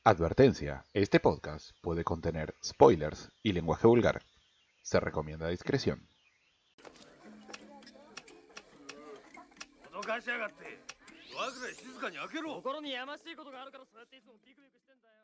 Advertencia, este podcast puede contener spoilers y lenguaje vulgar. Se recomienda discreción. 脅かしやがってドアぐらい静かに開けろ。 心にやましいことがあるからそうやっていつもビクビクしてんだよ。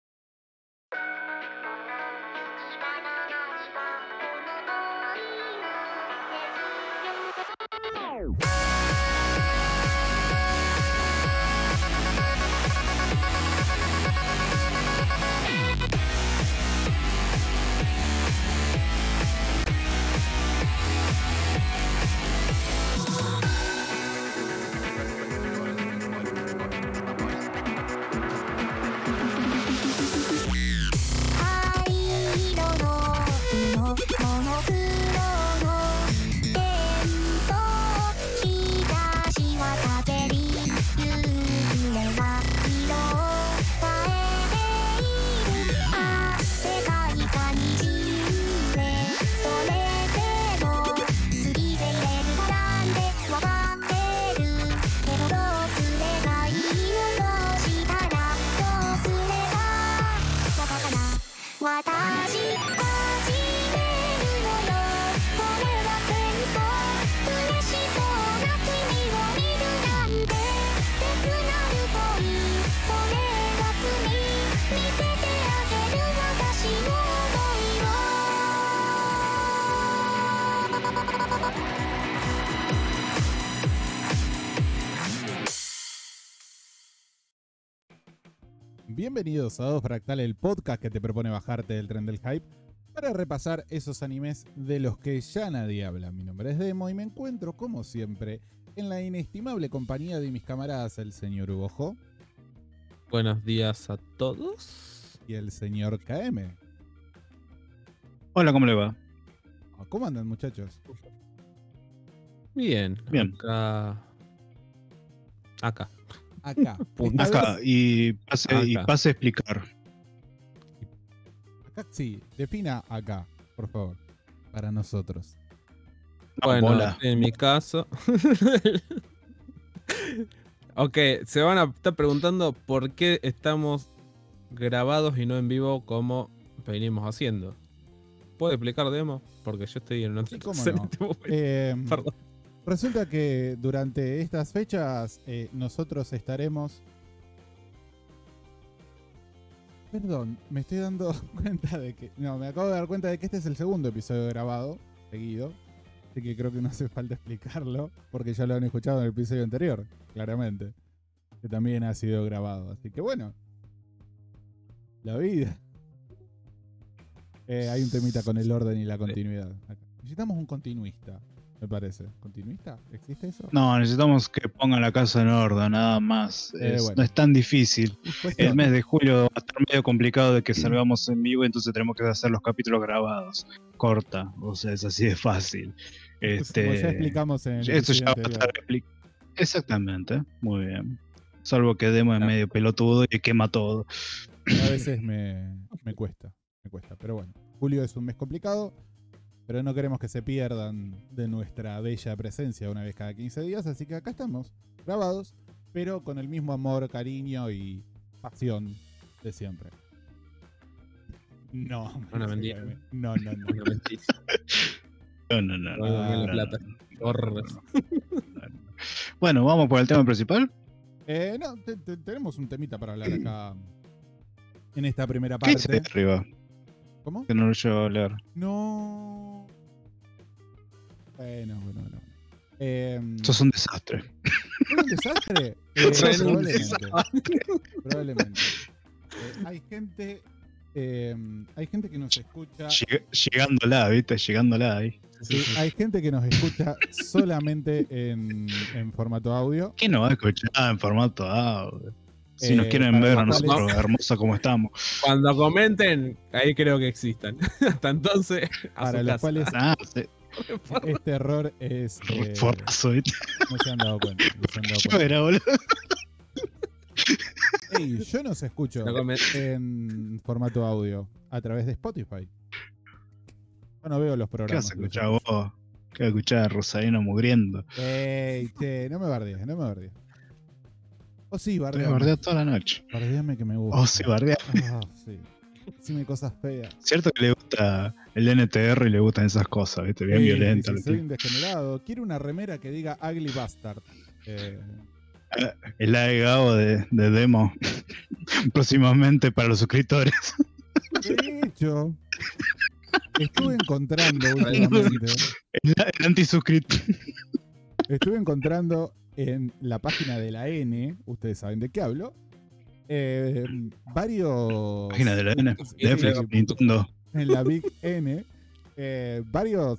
Bienvenidos a Dos Fractal, el podcast que te propone bajarte del tren del hype para repasar esos animes de los que ya nadie habla. Mi nombre es Demo y me encuentro, como siempre, en la inestimable compañía de mis camaradas, el señor Hugo Buenos días a todos. Y el señor KM. Hola, ¿cómo le va? ¿Cómo andan, muchachos? Bien. Bien. Acá. Acá, y pase a explicar. Acá, sí, defina acá, por favor, para nosotros. Bueno, bola. en mi caso. Ok, se van a estar preguntando por qué estamos grabados y no en vivo como venimos haciendo. ¿Puede explicar, Demo? Porque yo estoy en una Sí, cómo no. Perdón. Resulta que durante estas fechas nosotros estaremos... Perdón, me estoy dando cuenta de que... No, me acabo de dar cuenta de que este es el segundo episodio grabado, seguido. Así que creo que no hace falta explicarlo, porque ya lo han escuchado en el episodio anterior, claramente. Que también ha sido grabado. Así que bueno. La vida. Hay un temita con el orden y la continuidad. Acá. Necesitamos un continuista. Me parece. ¿Continuista? ¿Existe eso? No, necesitamos que pongan la casa en orden, nada más. Bueno. No es tan difícil. Pues El mes de julio va a estar medio complicado de que salgamos en vivo, entonces tenemos que hacer los capítulos grabados. Corta, o sea, es así de fácil. Como ya explicamos en el Esto ya va a anterior. estar Exactamente, muy bien. Salvo que Demo es medio pelotudo y quema todo. A veces me cuesta, pero bueno. Julio es un mes complicado, pero no queremos que se pierdan de nuestra bella presencia una vez cada 15 días, así que acá estamos, grabados, pero con el mismo amor, cariño y pasión de siempre. No, Una mentira. No. Una mentira. No. La plata. Horrores. Bueno, vamos por el tema principal. No, tenemos un temita para hablar acá en esta primera ¿Qué dice parte. arriba? ¿Cómo? Que no lo llevo a leer. No. Bueno. Sos un desastre. ¿Es un desastre? Sos un Probablemente. Hay gente que nos escucha. Llegándola, ¿viste? Llegándola ahí. Sí, hay gente que nos escucha solamente en formato audio. ¿Quién nos va a escuchar en formato audio? Si nos quieren para ver a los nosotros, cuales- hermosa como estamos. Cuando comenten, ahí creo que existan. Hasta entonces, a Para su los casa. cuales Sí, este error es. forrazo, ¿viste? No se han dado cuenta. Yo era, boludo. Ey, yo nos escucho No comen- en formato audio a través de Spotify. Yo no veo los ¿Qué programas. vas a escuchar vos? ¿Qué vas a escuchar a Rosalino mugriendo? Ey, che, no me bardees. Oh, sí, Te bardeame. bardea toda la noche. Bardeame que me gusta. Oh, sí, bardea. Ah, sí. Decime cosas feas. Cierto que le gusta el NTR y le gustan esas cosas, ¿viste? Bien violenta. Si soy un degenerado. Quiero una remera que diga Ugly Bastard. El agregado de demo próximamente para los suscriptores. De hecho, estuve encontrando últimamente. El antisuscripto. Estuve encontrando en la página de la N, ustedes saben de qué hablo, varios... Página de la N, Sí, Netflix, Nintendo. en la Big N, varios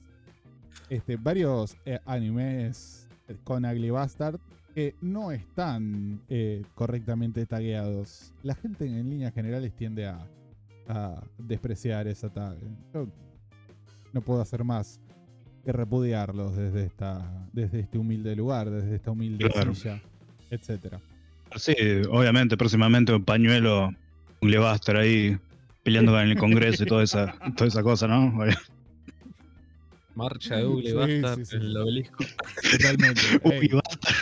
animes con Ugly Bastard que no están correctamente tagueados. La gente en líneas generales tiende a despreciar esa tag. Yo no puedo hacer más que repudiarlos desde este humilde lugar, desde esta humilde Claro. silla, etcétera. Sí, obviamente, próximamente un pañuelo, un Lebaster ahí peleando con el Congreso y toda esa cosa, ¿no? Marcha de Ugly Sí, Bastard, sí. el obelisco. Totalmente. Uy, Ey, basta.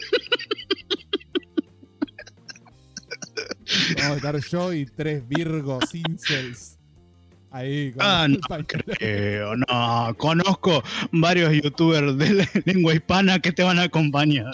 vamos a estar yo y 3 Virgos incels ahí con Ah, el no pañuelo. creo, no. Conozco varios youtubers de la lengua hispana que te van a acompañar.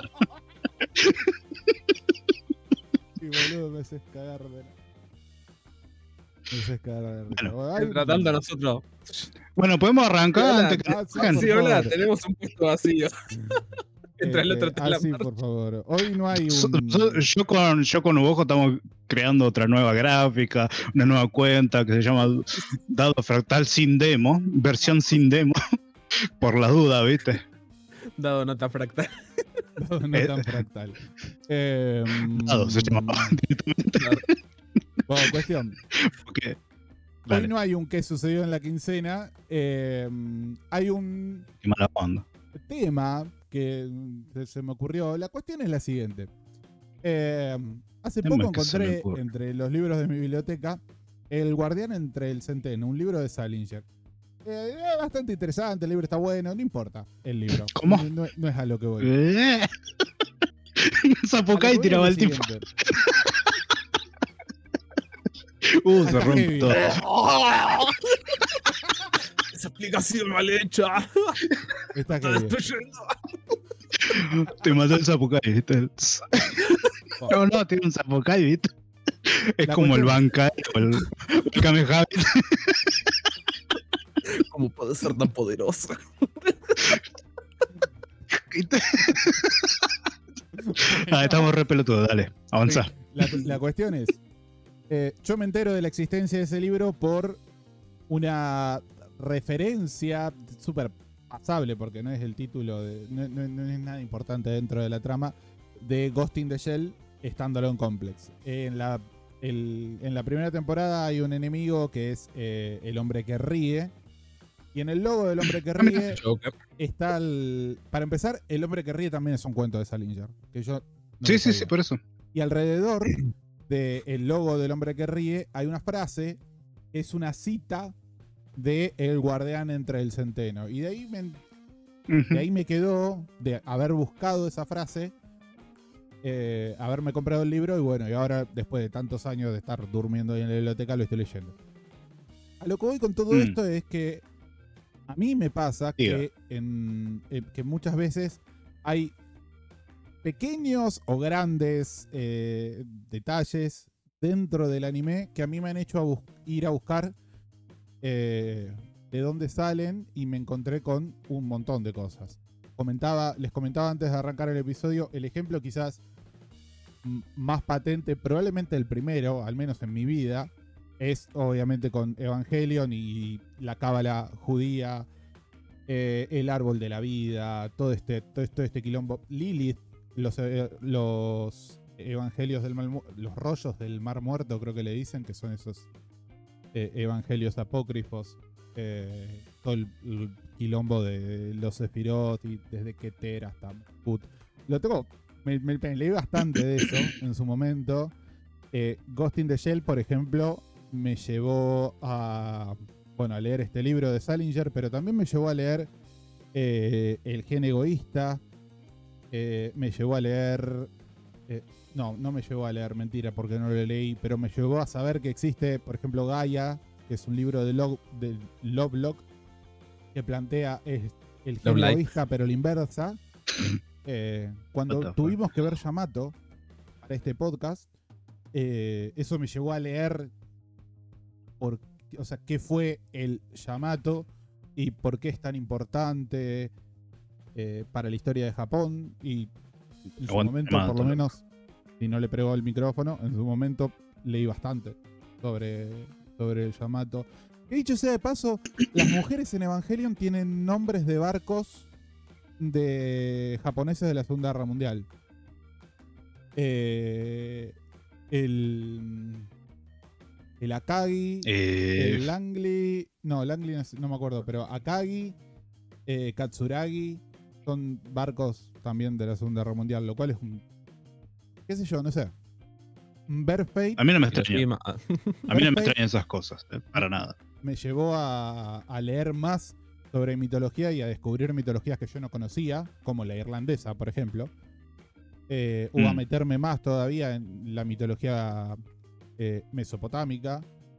Y boludo, me haces cagar de la... Me haces cagar de la risa. Bueno, Ay, Tratando a nosotros. Bueno, podemos arrancar Hola, antes que ah, sí, arranquen. Sí, por hola, favor. tenemos un puesto vacío. Entra el otro tras la sí, marcha. por favor. Hoy no hay So- un... yo con Ubojo estamos creando otra nueva gráfica, una nueva cuenta que se llama Dado Fractal sin demo, versión sin demo, por la duda, ¿viste? Dado nota fractal. no tan fractal. Dado se llamaba directamente. Bueno, cuestión. Porque, Hoy dale, no hay un qué sucedió en la quincena. Hay un qué mala onda. tema que se me ocurrió. La cuestión es la siguiente. Hace Tema poco que se me encontré ocurre. entre los libros de mi biblioteca El Guardián entre el Centeno, un libro de Salinger. Es bastante interesante, el libro está bueno, no importa el libro. ¿Cómo? No es a lo que voy. Zapucay A lo que voy tiraba es el lo tipo. siguiente. Se Está rompe heavy. todo. Esa explicación mal hecha. Está Está heavy. destruyendo. Te mató el Zapucay, ¿viste? No, tiene un Zapucay, ¿viste? Es La como el cuestión- Bankai o el Kamehameha. ¿Cómo puede ser tan poderoso? ¿Viste? Estamos re pelotudos, dale, avanza. Sí, la cuestión es, yo me entero de la existencia de ese libro por una referencia súper pasable, porque no es el título, no es nada importante dentro de la trama, de Ghost in the Shell Standalone Complex. En la primera temporada hay un enemigo que es el hombre que ríe, y en el logo del hombre que ríe Joker. está para empezar, el hombre que ríe también es un cuento de Salinger, que yo no Sí, lo sí, sabía. sí, por eso. Y alrededor del logo del hombre que ríe hay una frase, es una cita de El Guardián entre el Centeno. Y de ahí me quedó de haber buscado esa frase, haberme comprado el libro y bueno, y ahora después de tantos años de estar durmiendo ahí en la biblioteca lo estoy leyendo. A lo que voy con todo esto es que a mí me pasa Diga. que muchas veces hay pequeños o grandes detalles dentro del anime que a mí me han hecho ir a buscar de dónde salen y me encontré con un montón de cosas. Les comentaba antes de arrancar el episodio, el ejemplo quizás más patente, probablemente el primero, al menos en mi vida, es obviamente con Evangelion y la cábala judía, el árbol de la vida, todo este quilombo. Lilith, los evangelios los rollos del mar muerto, creo que le dicen, que son esos evangelios apócrifos. Todo el quilombo de los Sephiroth y desde Keter hasta Put. Lo tengo, me leí bastante de eso en su momento. Ghost in the Shell, por ejemplo, me llevó a leer este libro de Salinger, pero también me llevó a leer El gen egoísta, me llevó a leer No me llevó a leer, mentira, porque no lo leí, pero me llevó a saber que existe, por ejemplo, Gaia, que es un libro de Lovelock, que plantea el género Lovelight. egoísta, pero la inversa. Cuando What the tuvimos que ver Yamato para este podcast, eso me llevó a leer qué fue el Yamato y por qué es tan importante para la historia de Japón. Y en su Aguante momento, Yamato, por lo loco. menos, si no le pegó el micrófono, en su momento leí bastante sobre el Yamato. Que dicho sea de paso, las mujeres en Evangelion tienen nombres de barcos de japoneses de la Segunda Guerra Mundial. El Akagi, el Langley, no me acuerdo, pero Akagi, Katsuragi, son barcos también de la Segunda Guerra Mundial, lo cual es un, qué sé yo, no sé, un Birth Fate. A mí no me extraña. Hiroshima. A mí no me extrañan esas cosas, para nada. Me llevó a leer más sobre mitología y a descubrir mitologías que yo no conocía, como la irlandesa, por ejemplo. O a meterme más todavía en la mitología mesopotámica.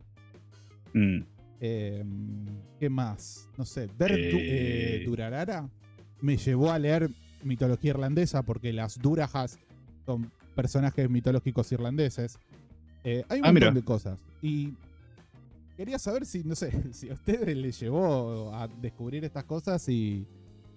¿Qué más? No sé, ver Durarara me llevó a leer mitología irlandesa, porque las Durajas son personajes mitológicos irlandeses. Hay un montón de cosas. Y quería saber si, no sé, si a ustedes les llevó a descubrir estas cosas y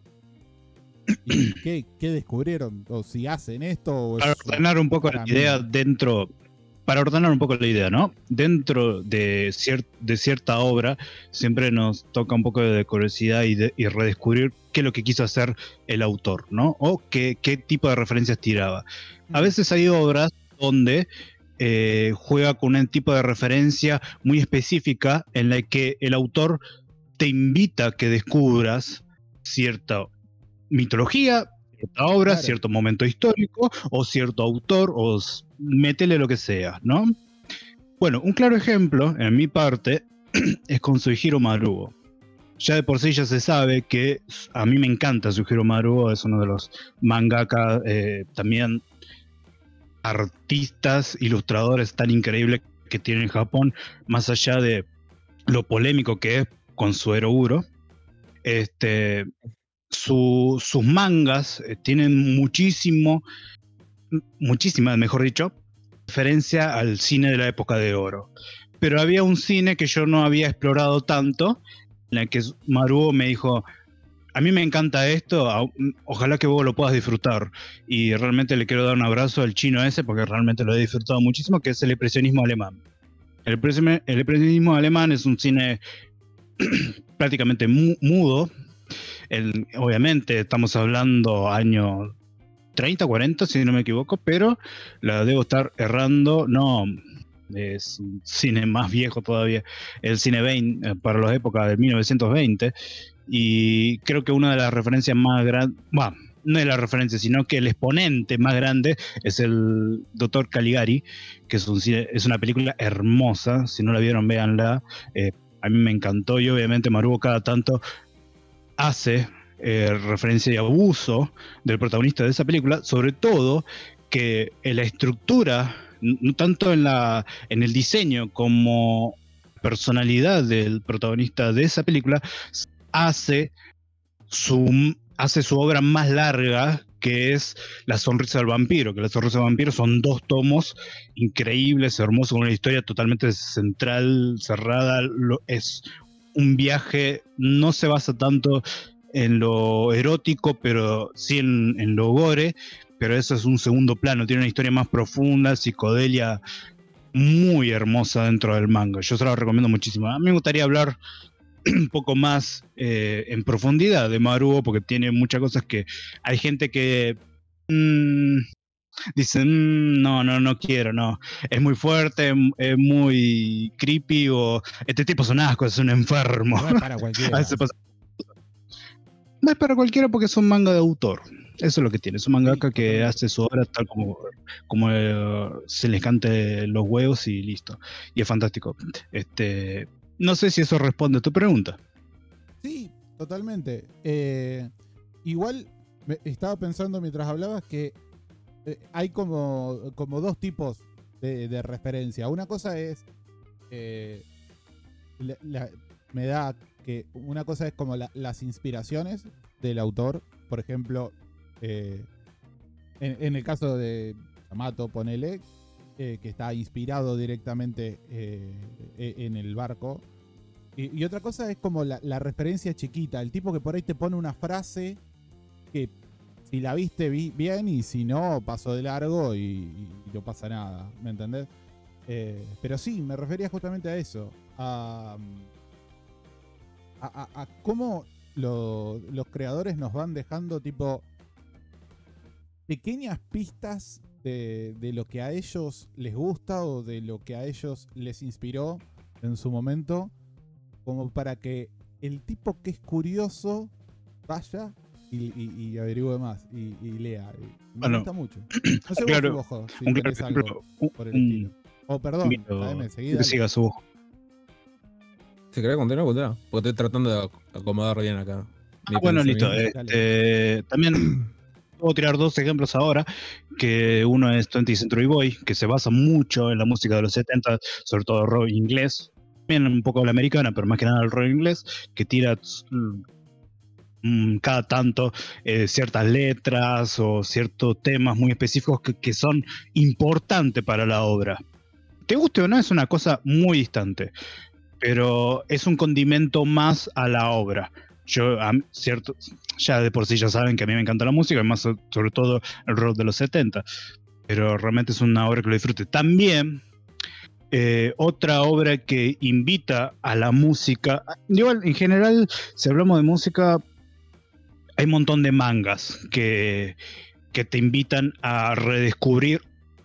qué descubrieron, o si hacen esto. O Para ordenar un poco la idea para ordenar un poco la idea, ¿no? Dentro de cierta obra siempre nos toca un poco de curiosidad y redescubrir qué es lo que quiso hacer el autor, ¿no? O qué tipo de referencias tiraba. A veces hay obras donde juega con un tipo de referencia muy específica en la que el autor te invita a que descubras cierta mitología, cierta obra, Claro. cierto momento histórico o cierto autor, o métele lo que sea, ¿no? Bueno, un claro ejemplo en mi parte es con Sugihiro Maruo. Ya de por sí ya se sabe que a mí me encanta Sugihiro Maruo, es uno de los mangaka también artistas, ilustradores tan increíbles que tiene en Japón, más allá de lo polémico que es con su Uro. Sus mangas tienen muchísima, mejor dicho, referencia al cine de la época de oro. Pero había un cine que yo no había explorado tanto, en el que Maruo me dijo: a mí me encanta esto, ojalá que vos lo puedas disfrutar. Y realmente le quiero dar un abrazo al chino ese, porque realmente lo he disfrutado muchísimo, que es el expresionismo alemán. El expresionismo alemán es un cine prácticamente mudo. Obviamente estamos hablando años 30, 40, si no me equivoco, pero la debo estar errando. No, es un cine más viejo todavía, el cine Bain, para las épocas de 1920. Y creo que una de las referencias más grandes, bueno, no es la referencia, sino que el exponente más grande es el Dr. Caligari, que es una película hermosa. Si no la vieron, véanla. A mí me encantó, y obviamente Maruo cada tanto hace referencia y abuso del protagonista de esa película, sobre todo que en la estructura, no tanto en el diseño como personalidad del protagonista de esa película, hace su obra más larga, que es La sonrisa del vampiro, que La sonrisa del vampiro son 2 tomos increíbles, hermosos, con una historia totalmente central, cerrada. Es un viaje, no se basa tanto en lo erótico, pero sí en lo gore, pero eso es un segundo plano, tiene una historia más profunda, psicodelia muy hermosa dentro del manga. Yo se lo recomiendo muchísimo. A mí me gustaría hablar un poco más en profundidad de Maruo, porque tiene muchas cosas que hay gente que dice no quiero, no, es muy fuerte, es muy creepy, o este tipo es un asco, es un enfermo. No es para cualquiera. A veces pasa. No es para cualquiera porque es un manga de autor. Eso es lo que tiene. Es un mangaka que hace su obra tal como se les cante los huevos y listo. Y es fantástico. No sé si eso responde a tu pregunta. Sí, totalmente. Igual estaba pensando mientras hablabas que hay como dos tipos de referencia. Una cosa es, me da que una cosa es como las inspiraciones del autor. Por ejemplo, en el caso de Yamato, ponele, que está inspirado directamente en el barco. Y otra cosa es como la referencia chiquita, el tipo que por ahí te pone una frase que si la viste bien y si no, pasó de largo y no pasa nada, ¿me entendés? Pero sí, me refería justamente a eso, a cómo los creadores nos van dejando tipo pequeñas pistas de lo que a ellos les gusta o de lo que a ellos les inspiró en su momento, como para que el tipo que es curioso vaya y averigüe más y lea. Me gusta mucho. No sé claro, vos, Ojo, si un claro tenés algo ejemplo, por el estilo. Oh, perdón, me seguí, que siga su ojo. Si querés continuar, porque estoy tratando de acomodar bien acá. Bueno, listo. Dale. También puedo tirar dos ejemplos ahora, que uno es 20th Century Boy, que se basa mucho en la música de los 70, sobre todo rock inglés, también un poco la americana, pero más que nada el rock inglés, que tira cada tanto ciertas letras o ciertos temas muy específicos que son importantes para la obra. Te guste o no, es una cosa muy distante, pero es un condimento más a la obra. Cierto, ya de por sí ya saben que a mí me encanta la música, y más sobre todo el rock de los 70, pero realmente es una obra que lo disfrute. También otra obra que invita a la música, igual en general, si hablamos de música, hay un montón de mangas que te invitan a redescubrir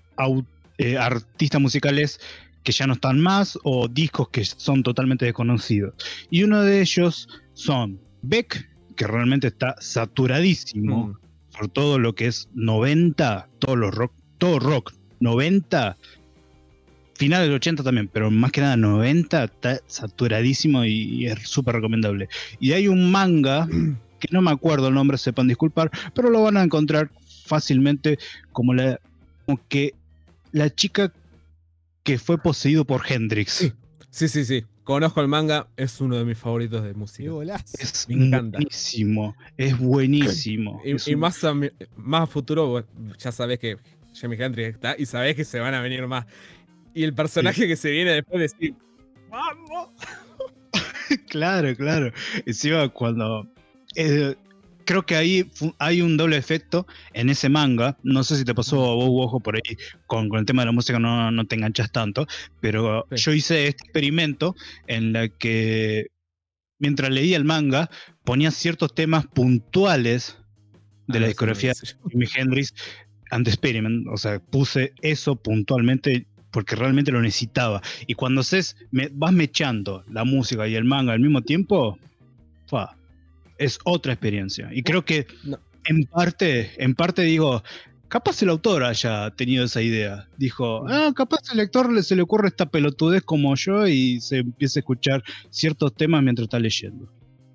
artistas musicales que ya no están más o discos que son totalmente desconocidos. Y uno de ellos son Beck, que realmente está saturadísimo por todo lo que es 90, todo rock 90, final del 80 también, pero más que nada 90, está saturadísimo y es súper recomendable. Y hay un manga que no me acuerdo el nombre, sepan disculpar, pero lo van a encontrar fácilmente como que la chica que fue poseído por Hendrix. Sí. Conozco el manga, es uno de mis favoritos de música. Es me encanta. Buenísimo, es buenísimo. Y más a futuro, ya sabés que Jimi Hendrix está y sabés que se van a venir más. Y el personaje que se viene después de decir, ¡vamos! Claro. Encima cuando... creo que ahí hay un doble efecto en ese manga. No sé si te pasó a vos, Ojo, por ahí con el tema de la música no te enganchas tanto, pero Sí. yo hice este experimento en la que mientras leía el manga ponía ciertos temas puntuales de la discografía de Jimi Hendrix and the Experiment. O sea, puse eso puntualmente porque realmente lo necesitaba. Y cuando vas mechando la música y el manga al mismo tiempo, es otra experiencia. Y creo que en parte digo, capaz el autor haya tenido esa idea. Dijo, capaz al lector se le ocurre esta pelotudez como yo y se empieza a escuchar ciertos temas mientras está leyendo.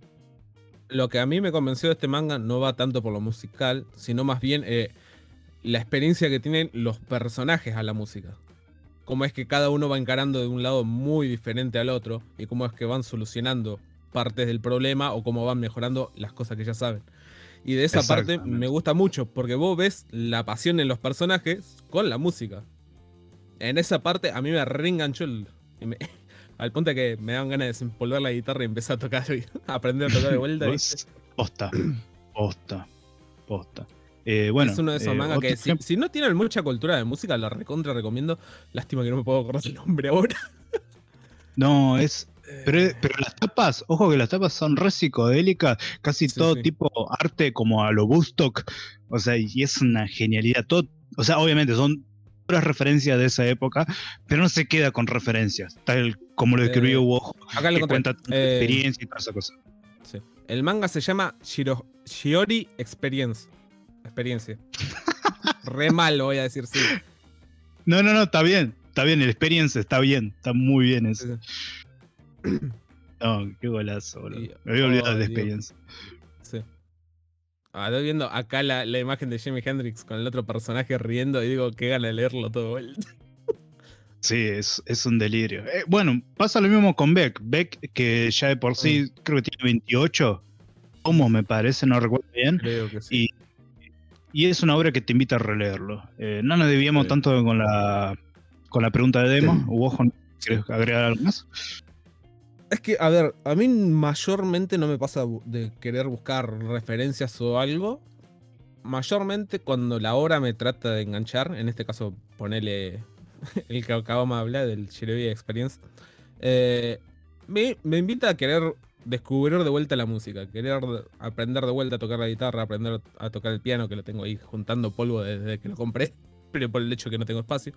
Lo que a mí me convenció de este manga no va tanto por lo musical, sino más bien la experiencia que tienen los personajes a la música. Cómo es que cada uno va encarando de un lado muy diferente al otro y cómo es que van solucionando partes del problema o cómo van mejorando las cosas que ya saben. Y de esa parte me gusta mucho porque vos ves la pasión en los personajes con la música. En esa parte a mí me reenganchó al punto de que me dan ganas de desempolvar la guitarra y empezar a tocar y aprender a tocar de vuelta. Posta. Bueno, es uno de esos mangas que si no tienen mucha cultura de música, la recontra recomiendo. Lástima que no me puedo acordar el nombre ahora. No, pero las tapas, ojo que las tapas son re psicodélicas, casi todo tipo arte como a lo Woodstock, o sea, y es una genialidad. O sea, obviamente son puras referencias de esa época, pero no se queda con referencias, tal como lo escribió Ojo, acá que cuenta tu experiencia y toda esa cosa. Sí. El manga se llama Shiori Experiencia. Re mal lo voy a decir, sí. No, está bien, el Experience está bien, está muy bien eso. No, qué golazo, boludo. Me había olvidado de Experience. Sí. Estoy viendo acá la imagen de Jimi Hendrix con el otro personaje riendo y digo, qué gana de leerlo todo de vuelta. Sí, es un delirio. Bueno, pasa lo mismo con Beck. Beck, que ya de por sí creo que tiene 28 tomos, me parece, no recuerdo bien. Creo que sí. Y es una obra que te invita a releerlo. No nos debíamos tanto con la pregunta de Demo. ¿Vos querés agregar algo más? Es que, a ver, a mí mayormente no me pasa de querer buscar referencias o algo. Mayormente cuando la obra me trata de enganchar, en este caso ponele el que acabamos de hablar del Shinobi Experience, me invita a querer descubrir de vuelta la música, querer aprender de vuelta a tocar la guitarra, aprender a tocar el piano, que lo tengo ahí juntando polvo desde que lo compré, pero por el hecho que no tengo espacio.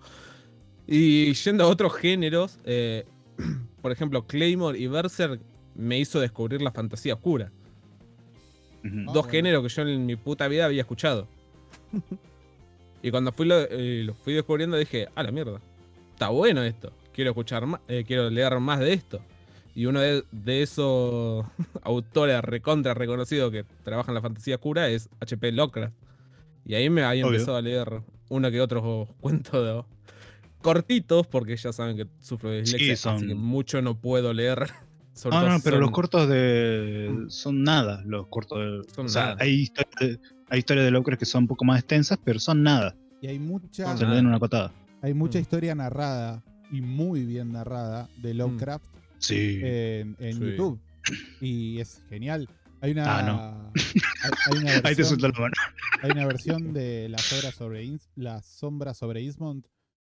Y yendo a otros géneros, por ejemplo, Claymore y Berserk me hizo descubrir la fantasía oscura. Dos géneros que yo en mi puta vida había escuchado. Y cuando lo fui descubriendo dije, la mierda, está bueno esto, quiero escuchar más, quiero leer más de esto. Y uno de esos autores recontra reconocidos que trabajan en la fantasía oscura es H.P. Lovecraft. Y ahí me había empezado a leer uno que otros cuentos cortitos, porque ya saben que sufro de dislexia, así que mucho no puedo leer. Pero los cortos son nada, los cortos Son sea, nada. hay historias de Lovecraft que son un poco más extensas, pero son nada. Y hay mucha, Se le den una patada. hay mucha historia narrada y muy bien narrada de Lovecraft Sí. en Sí. YouTube. Y es genial. Hay una, no. hay una Ahí te versión, suelta la mano. hay una versión de La Sombra sobre Eastmont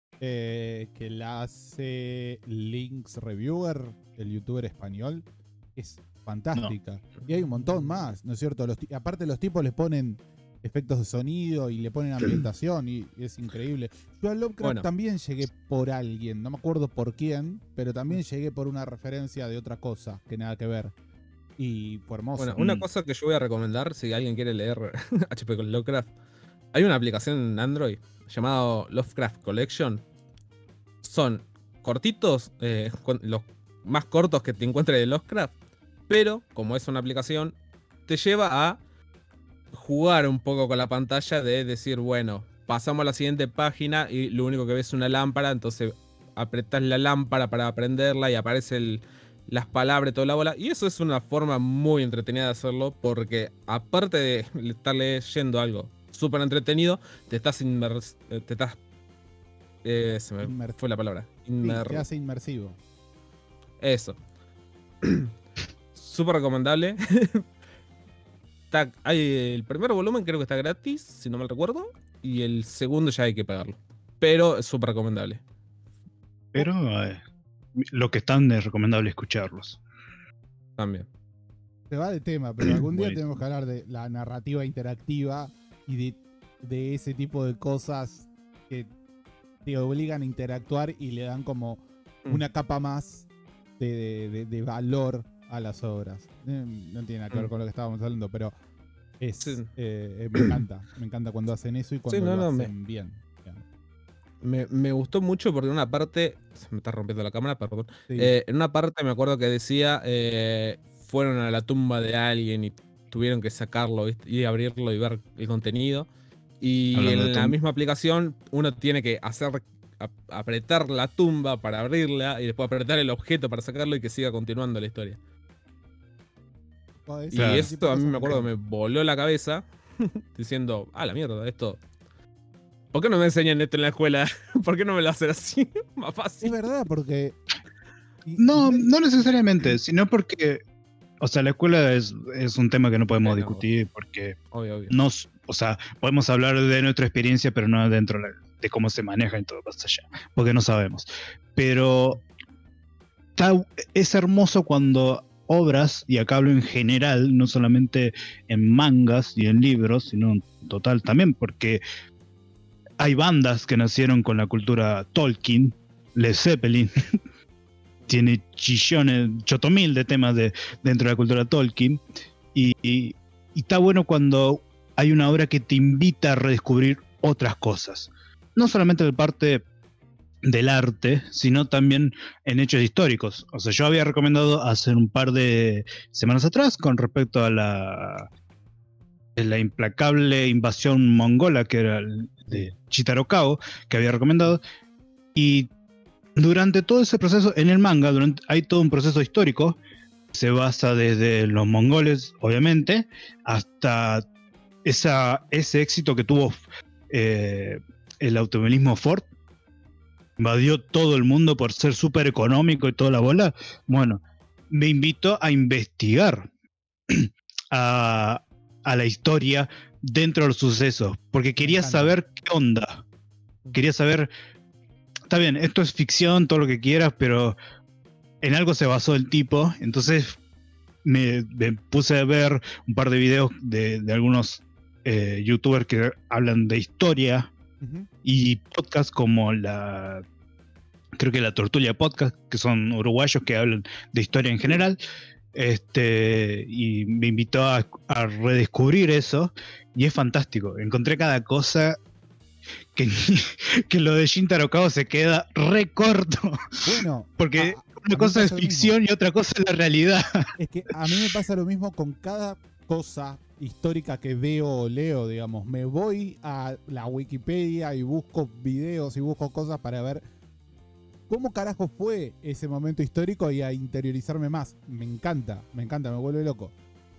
que la hace Links Reviewer, el youtuber español. Es fantástica. Y hay un montón más, ¿no es cierto? Aparte los tipos les ponen efectos de sonido y le ponen ambientación y es increíble. Yo a Lovecraft también llegué por alguien, no me acuerdo por quién, pero también llegué por una referencia de otra cosa que nada que ver. Y fue hermoso. Bueno, una cosa que yo voy a recomendar, si alguien quiere leer HP con Lovecraft, hay una aplicación en Android llamada Lovecraft Collection. Son cortitos, los más cortos que te encuentres de Lovecraft, pero como es una aplicación, te lleva a jugar un poco con la pantalla de decir, bueno, pasamos a la siguiente página y lo único que ves es una lámpara, entonces apretás la lámpara para prenderla y aparece las palabras, toda la bola. Y eso es una forma muy entretenida de hacerlo, porque aparte de estar leyendo algo súper entretenido, se me fue la palabra. Te hace inmersivo. Eso. Súper recomendable. Hay el primer volumen creo que está gratis, si no mal recuerdo. Y el segundo ya hay que pagarlo. Pero es súper recomendable. Pero lo que están es recomendable escucharlos. También. Se va de tema, pero algún día tenemos que hablar de la narrativa interactiva y de ese tipo de cosas que te obligan a interactuar y le dan como una capa más de valor a las obras. No tiene nada que ver con lo que estábamos hablando, pero me encanta cuando hacen eso y cuando lo hacen bien. Me gustó mucho porque en una parte, se me está rompiendo la cámara, perdón. Sí. En una parte me acuerdo que decía, fueron a la tumba de alguien y tuvieron que sacarlo, ¿viste? Y abrirlo y ver el contenido. Y en la misma aplicación uno tiene que apretar la tumba para abrirla y después apretar el objeto para sacarlo y que siga continuando la historia. Y esto a mí me acuerdo que me voló la cabeza diciendo, la mierda, esto... ¿Por qué no me enseñan esto en la escuela? ¿Por qué no me lo hacen así? Más fácil. Es verdad, porque... No necesariamente, sino porque... O sea, la escuela es un tema que no podemos discutir porque... Obvio. O sea, podemos hablar de nuestra experiencia, pero no dentro de cómo se maneja y todo más allá, porque no sabemos. Pero es hermoso cuando obras, y acá hablo en general, no solamente en mangas y en libros, sino en total también, porque hay bandas que nacieron con la cultura Tolkien, Led Zeppelin, tiene chotomil de temas dentro de la cultura Tolkien, y está bueno cuando hay una obra que te invita a redescubrir otras cosas, no solamente de parte del arte, sino también en hechos históricos. O sea, yo había recomendado hace un par de semanas atrás con respecto a la implacable invasión mongola, que era el de Chitaro Kao, que había recomendado. Y durante todo ese proceso, en el manga, hay todo un proceso histórico. Se basa desde los mongoles, obviamente, hasta ese éxito que tuvo el automovilismo Ford. Invadió todo el mundo por ser súper económico y toda la bola. Bueno, me invitó a investigar a la historia dentro de los sucesos, porque quería saber qué onda. Quería saber, está bien, esto es ficción, todo lo que quieras, pero en algo se basó el tipo. Entonces me puse a ver un par de videos de algunos youtubers que hablan de historia y podcasts como creo que la Tortulia Podcast, que son uruguayos que hablan de historia en general. Y me invitó a redescubrir eso, y es fantástico. Encontré cada cosa que lo de Shintaro Kao se queda re corto. Bueno, porque una cosa es ficción y otra cosa es la realidad. Es que a mí me pasa lo mismo con cada cosa histórica que veo o leo, digamos. Me voy a la Wikipedia y busco videos y busco cosas para ver cómo carajo fue ese momento histórico y a interiorizarme más. Me encanta, me vuelve loco.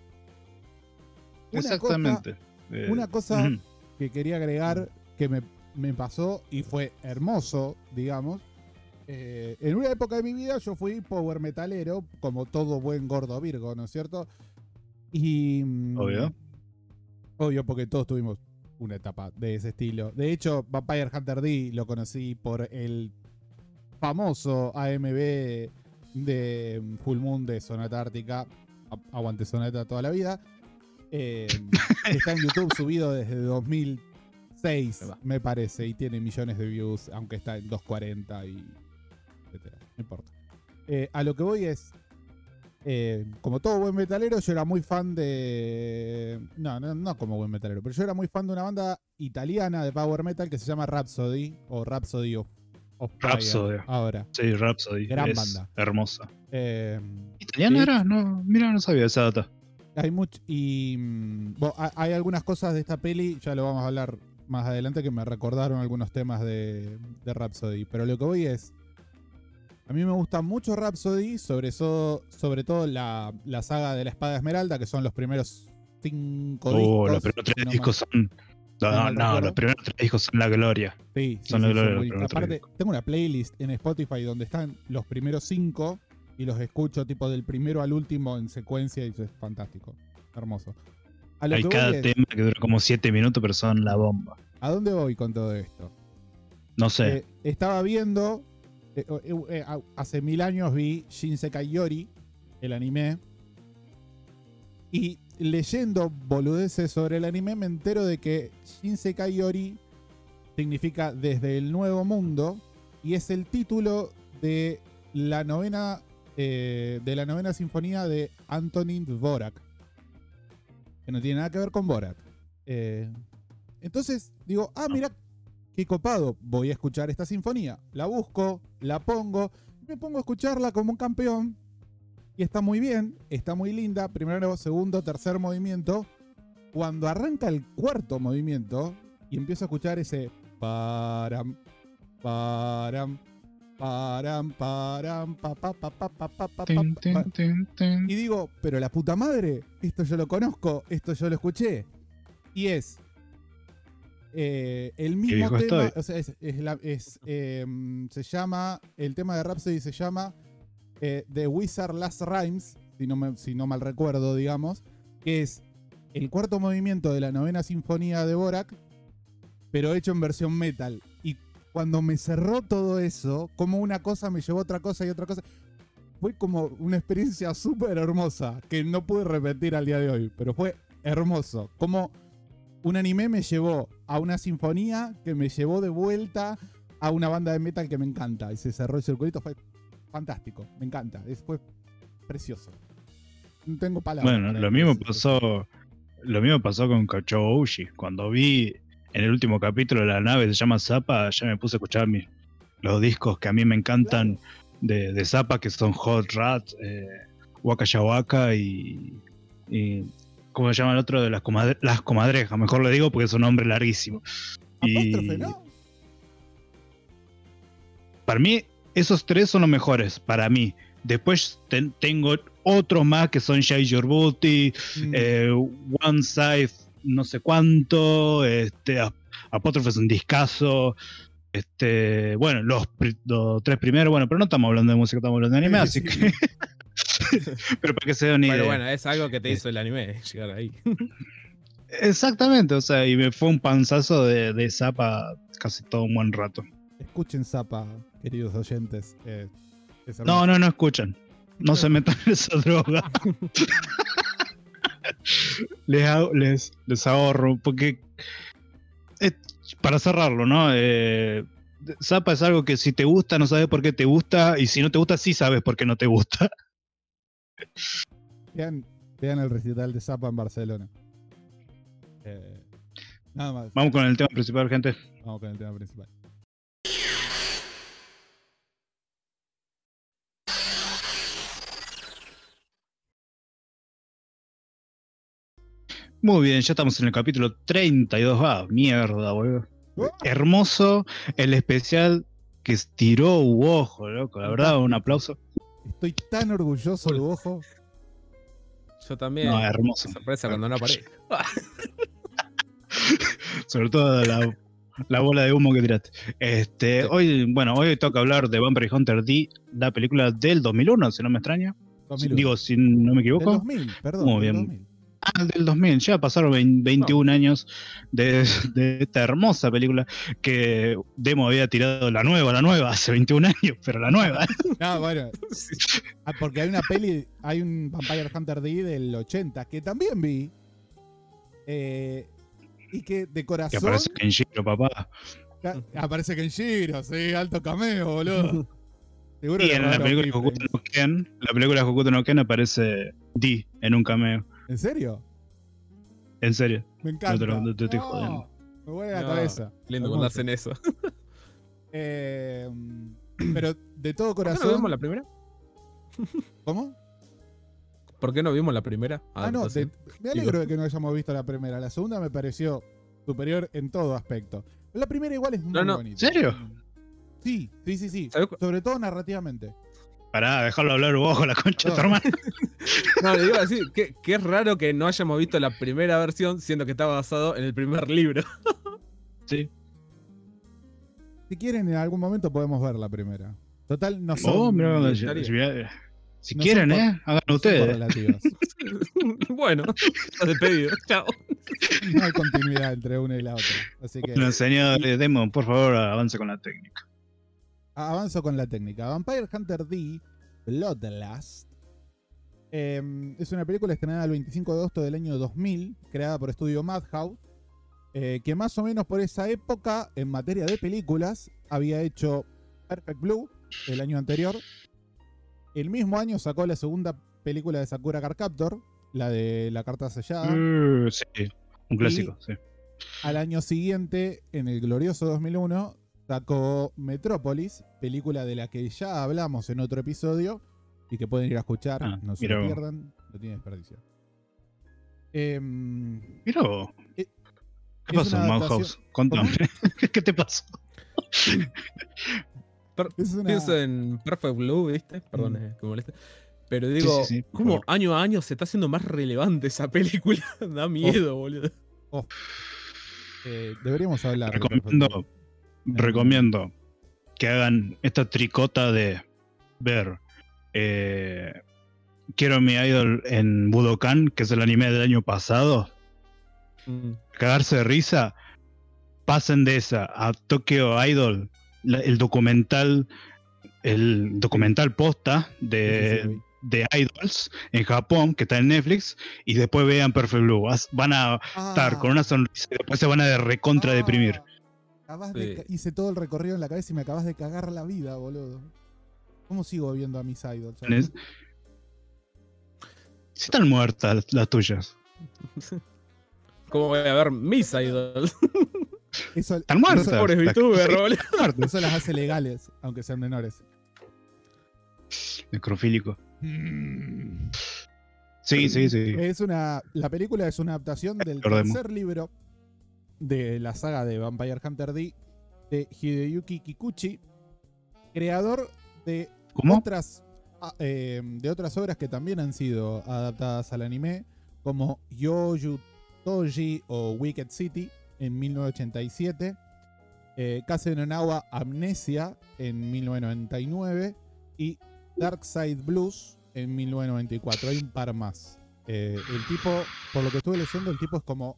Exactamente. Una cosa que quería agregar que me pasó y fue hermoso, digamos. En una época de mi vida yo fui power metalero, como todo buen gordo virgo, ¿no es cierto? Y obvio, porque todos tuvimos una etapa de ese estilo. De hecho, Vampire Hunter D lo conocí por el famoso AMV de Full Moon de Sonata Ártica. Aguante Sonata toda la vida. Está en YouTube subido desde 2006, me parece, y tiene millones de views, aunque está en 240 y etcétera. No importa. A lo que voy es, como todo buen metalero, yo era muy fan de... No como buen metalero, pero yo era muy fan de una banda italiana de power metal que se llama Rhapsody, o Rhapsody of Fire. Rhapsody. Ahora. Sí, Rhapsody. Gran banda. Hermosa. sí. ¿Italiana era? No, mira, no sabía esa data. Hay mucho. Y bueno, hay algunas cosas de esta peli, ya lo vamos a hablar más adelante, que me recordaron algunos temas de Rhapsody. Pero lo que voy es, a mí me gusta mucho Rhapsody, sobre todo la saga de la Espada Esmeralda, que son los primeros 5 discos. Los primeros 3 discos son... No, los primeros 3 discos son la gloria. Sí, son la gloria. Aparte, tengo una playlist en Spotify donde están los primeros 5 y los escucho tipo del primero al último en secuencia y eso es fantástico. Hermoso. Hay cada tema que dura como 7 minutos, pero son la bomba. ¿A dónde voy con todo esto? No sé. Estaba viendo, hace 1000 años vi Shinsekai Yori, el anime, y leyendo boludeces sobre el anime me entero de que Shinsekai Yori significa Desde el Nuevo Mundo y es el título de la novena sinfonía de Antonín Dvořák, que no tiene nada que ver con Borat. Entonces digo, mira qué copado, voy a escuchar esta sinfonía. La busco, la pongo, me pongo a escucharla como un campeón. Y está muy bien, está muy linda. Primero, segundo, tercer movimiento. Cuando arranca el cuarto movimiento y empiezo a escuchar ese param, param, param, param, pa, pa, pa, pa, pa, pa, pa, y digo, pero la puta madre, esto yo lo conozco, esto yo lo escuché. Y es el mismo tema, o sea, se llama, el tema de Rhapsody se llama The Wizard Last Rhymes, si no mal recuerdo, digamos, que es el cuarto movimiento de la novena sinfonía de Dvořák, pero hecho en versión metal. Y cuando me cerró todo eso, como una cosa me llevó a otra cosa y otra cosa, fue como una experiencia súper hermosa que no pude repetir al día de hoy, pero fue hermoso. Como un anime me llevó a una sinfonía que me llevó de vuelta a una banda de metal que me encanta, y se cerró el circulito, fue fantástico, me encanta, fue precioso. No tengo palabras. Bueno, lo mismo pasó con Kachou Oushi. Cuando vi en el último capítulo la nave se llama Zappa, ya me puse a escuchar los discos que a mí me encantan, claro, de Zappa, que son Hot Rat, Waka Yawaka y ¿cómo se llama el otro? De las comadrejas, mejor le digo porque es un nombre larguísimo. Apóstrofe, ¿no? Para mí, esos tres son los mejores, para mí. Después tengo otros más que son Shai Your Booty, One Side, no sé cuánto, Apóstrofe es un discazo. Bueno, los tres primeros, bueno, pero no estamos hablando de música, estamos hablando de anime, así que. Pero para que se den una idea. Pero bueno, es algo que te hizo el anime, llegar ahí. Exactamente, o sea, y me fue un panzazo de Zappa casi todo un buen rato. Escuchen Zappa, queridos oyentes. Es No, hermoso. no escuchan. No se metan en esa droga. les ahorro, porque para cerrarlo, ¿no? Zappa es algo que si te gusta, no sabes por qué te gusta, y si no te gusta, sí sabes por qué no te gusta. Vean el recital de Zappa en Barcelona. Nada más. Vamos con el tema principal, gente. Vamos con el tema principal. Muy bien, ya estamos en el capítulo 32. Ah, mierda, boludo. Hermoso el especial que tiró Uojo, loco. La verdad, un aplauso. Estoy tan orgulloso de Ojo. Yo también. No, hermoso. Qué sorpresa cuando no aparezca. Sobre todo la bola de humo que tiraste. Hoy toca hablar de Vampire Hunter D, la película del 2001, si no me extraña. 2001. Digo, si no me Del equivoco. 2000, perdón. Muy del bien. 2000. Ah, del 2000, ya pasaron 21 años de esta hermosa película que Demo había tirado la nueva, hace 21 años, pero la nueva. No, bueno. Porque hay un Vampire Hunter D del 80 que también vi. Y que de Que corazón. aparece Kenshiro, papá. Aparece Kenshiro, sí, alto cameo, boludo. Seguro Y que en la robaron película de Keyframe. Hokuto no Ken aparece D en un cameo. ¿En serio? En serio. Me encanta. No te estoy jodiendo. Me vuelve la No, cabeza. Lindo Hermoso. cuando hacen eso. Pero de todo ¿Por qué no corazón. vimos la primera? ¿Cómo? ¿Por qué no vimos la primera? No, adaptación? me alegro de que no hayamos visto la primera. La segunda me pareció superior en todo aspecto. La primera igual es muy bonita. ¿En serio? Sí. ¿Sabes Sobre todo narrativamente. Pará, dejarlo hablar Uojo, la concha de tu No. hermano. No, le iba a decir que es raro que no hayamos visto la primera versión, siendo que está basado en el primer libro. Sí. Si quieren, en algún momento podemos ver la primera. Total, no son. Oh, mirá, me si No quieren, son hagan son ustedes. correlativas. Bueno, estás despedido. Chao. No hay continuidad entre una y la otra. Así que Bueno, señor Demo, por favor, avance con la técnica. avanzo con la técnica. Vampire Hunter D, Bloodlust. Es una película estrenada el 25 de agosto del año 2000, creada por estudio Madhouse, que más o menos por esa época, en materia de películas, había hecho Perfect Blue el año anterior. El mismo año sacó la segunda película de Sakura Card Captor, la de La Carta Sellada. Sí, un clásico, sí. Al año siguiente, en el glorioso 2001, sacó Metrópolis, película de la que ya hablamos en otro episodio y que pueden ir a escuchar, no se mira lo vos. pierdan, no tiene desperdicio. Mira vos. es ¿Qué pasó, una Madhouse? Contame. ¿Qué te pasó? Es una- Pienso en Perfect Blue, ¿viste? Perdón, que me moleste. Pero digo, sí, por ¿cómo favor. año a año se está haciendo más relevante esa película? Da miedo, boludo. Deberíamos hablar. de Perfect Blue. Recomiendo que hagan esta tricota de ver Quiero mi idol en Budokan, que es el anime del año pasado. Mm. Cagarse de risa. Pasen de esa a Tokyo Idol, el documental posta Sí, de Idols en Japón, que está en Netflix, y después vean Perfect Blue. Van a estar con una sonrisa y después se van a de recontra deprimir. Hice todo el recorrido en la cabeza y me acabas de cagar la vida, boludo. ¿Cómo sigo viendo a mis idols? Si están muertas las tuyas. ¿Cómo voy a ver mis idols? Están muertas. Pobres VTubers, boludo. Eso las hace legales, aunque sean menores. Necrofílico. Sí. La película es una adaptación del Recordemos. tercer libro de la saga de Vampire Hunter D de Hideyuki Kikuchi, creador de ¿Cómo? otras obras que también han sido adaptadas al anime, como Yoyu Toji o Wicked City en 1987, Kase no Nawa Amnesia en 1999 y Dark Side Blues en 1994. Hay un par más. El tipo, por lo que estuve leyendo, el tipo es como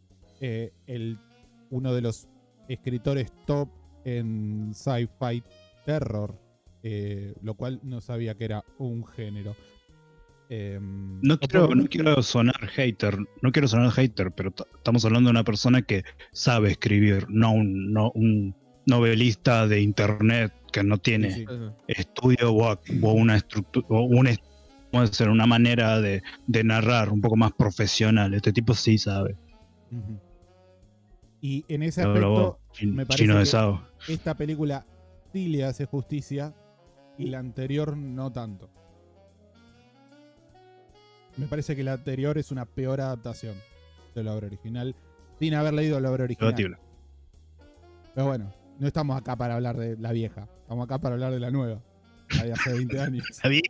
uno de los escritores top en sci-fi terror, lo cual no sabía que era un género. No quiero sonar hater, pero estamos hablando de una persona que sabe escribir, no un novelista de internet que no tiene Sí. estudio o una estructura puede ser una manera de narrar un poco más profesional. Este tipo sí sabe. Ujú. Y en ese Habla vos, aspecto, me parece chino de que Sao. esta película sí le hace justicia y la anterior no tanto. Me parece que la anterior es una peor adaptación de la obra original, sin haber leído la obra original. Debatible. Pero bueno, no estamos acá para hablar de la vieja, estamos acá para hablar de la nueva, la de hace 20 años. Está bien.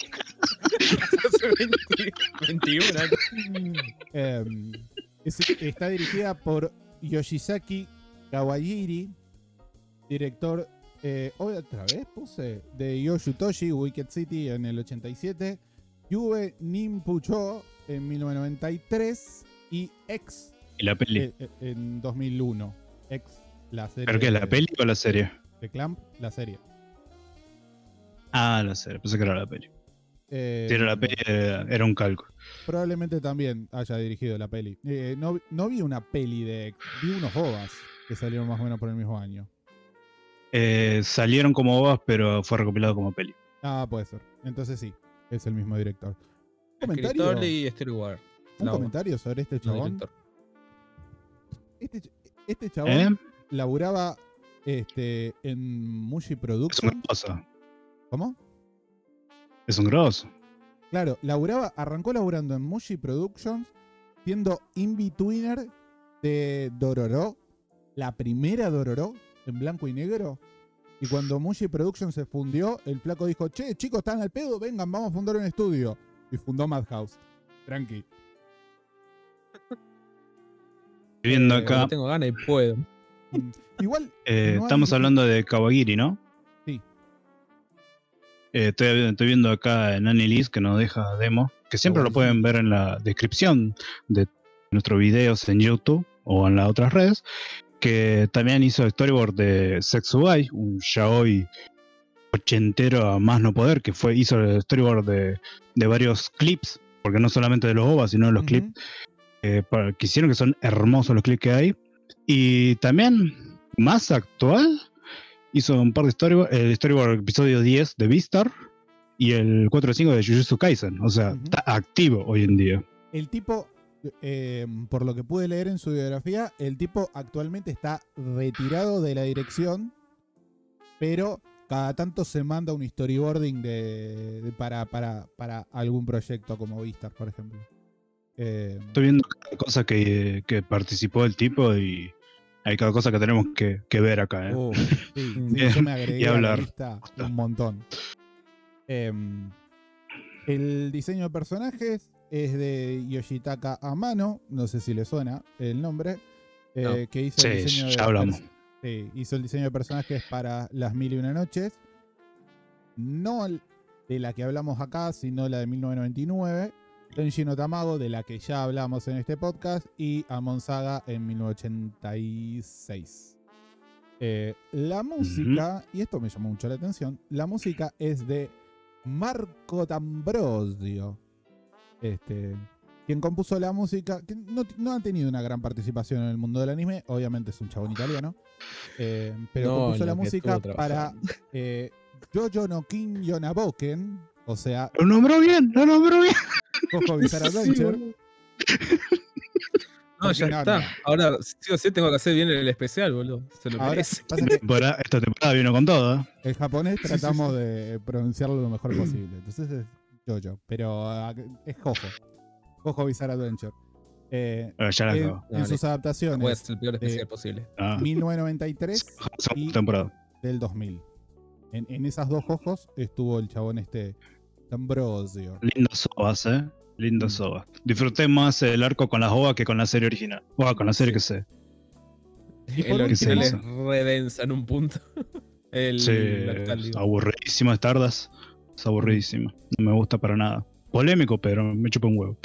Hace 21 años. Está dirigida por Yoshizaki Kawajiri, director, otra vez puse, de Yoyu Toshi, Wicked City en el 87, Yue Ninpucho en 1993 y X ¿Y la peli? en 2001. X, la serie. ¿Pero qué es la peli o la serie? De Clamp, la serie. Ah, la serie, pensé que era la peli. Si era la peli, era un calco. Probablemente también haya dirigido la peli. No vi una peli de X, vi unos OVAs que salieron más o menos por el mismo año. Salieron como ovas, pero fue recopilado como peli. Ah, puede ser. Entonces sí, es el mismo director. Escritor y storyboard. ¿Un No, comentario sobre este no, chabón? director. Este chabón ¿Eh? laburaba en Mushi Es un Production. grosso. ¿Cómo? Es un grosso. Claro, arrancó laburando en Mushi Productions, siendo in-betweener de Dororo, la primera Dororo, en blanco y negro. Y cuando Mushi Productions se fundió, el flaco dijo, che, chicos, ¿están al pedo? Vengan, vamos a fundar un estudio. Y fundó Madhouse. Tranqui. Estoy viendo Eh, acá. No tengo ganas y puedo. Igual. no Estamos hay- hablando de Kawagiri, ¿no? Sí. Estoy viendo acá en Annalise que nos deja demo, que siempre lo pueden ver en la descripción de nuestros videos en YouTube o en las otras redes, que también hizo storyboard de Sexuai, un yaoi ochentero a más no poder, que hizo el storyboard de varios clips, porque no solamente de los OVAs, sino de los Ujú. clips que hicieron, que son hermosos los clips que hay. Y también, más actual, hizo un par de storyboard, el storyboard episodio 10 de Beastar y el 4-5 de Jujutsu Kaisen. O sea, Ujú. está activo hoy en día. El tipo, por lo que pude leer en su biografía, el tipo actualmente está retirado de la dirección, pero cada tanto se manda un storyboarding para algún proyecto como Vistar, por ejemplo. Estoy viendo cada cosa que participó el tipo y hay cada cosa que tenemos que ver acá. ¿eh? Sí, Bien, yo me agregué y a la hablar. lista un montón. El diseño de personajes es de Yoshitaka Amano, no sé si le suena el nombre, No. que hizo el Sí, diseño ya hablamos. hizo el diseño de personajes para Las Mil y Una Noches, no de la que hablamos acá, sino la de 1999, Tenji no Tamago, de la que ya hablamos en este podcast, y Amon Saga en 1986. La música, y esto me llamó mucho la atención, la música es de Marco D'Ambrosio, quien compuso la música, que no ha tenido una gran participación en el mundo del anime, obviamente es un chabón italiano, pero No, compuso lo la que música estuvo para trabajando. Jojo no Kin Yonaboken, o sea, Lo nombró bien. Coco Bizarre Adventure. No, ya Porque está. Ahora sí o sí tengo que hacer bien el especial, boludo. Se lo Ahora merece. pasa que Esta temporada vino con todo. ¿eh? el japonés tratamos de pronunciarlo lo mejor posible. Entonces es Jojo, pero es Jojo. Jojo Bizarre Adventure. Ya la En, acabo. en sus Voy a adaptaciones hacer el peor especial posible. 1993 Segunda y temporada. del 2000. En esas dos Jojos estuvo el chabón Ambrosio. Lindas ovas, Lindas ovas. Disfruté más el arco con las ovas que con la serie original. O con la serie Sí. que sé. Y por El original último- es redensa en un punto. El actual, digo. Aburridísima Stardust. Es aburridísima. No me gusta para nada. Polémico, pero me chupa un huevo.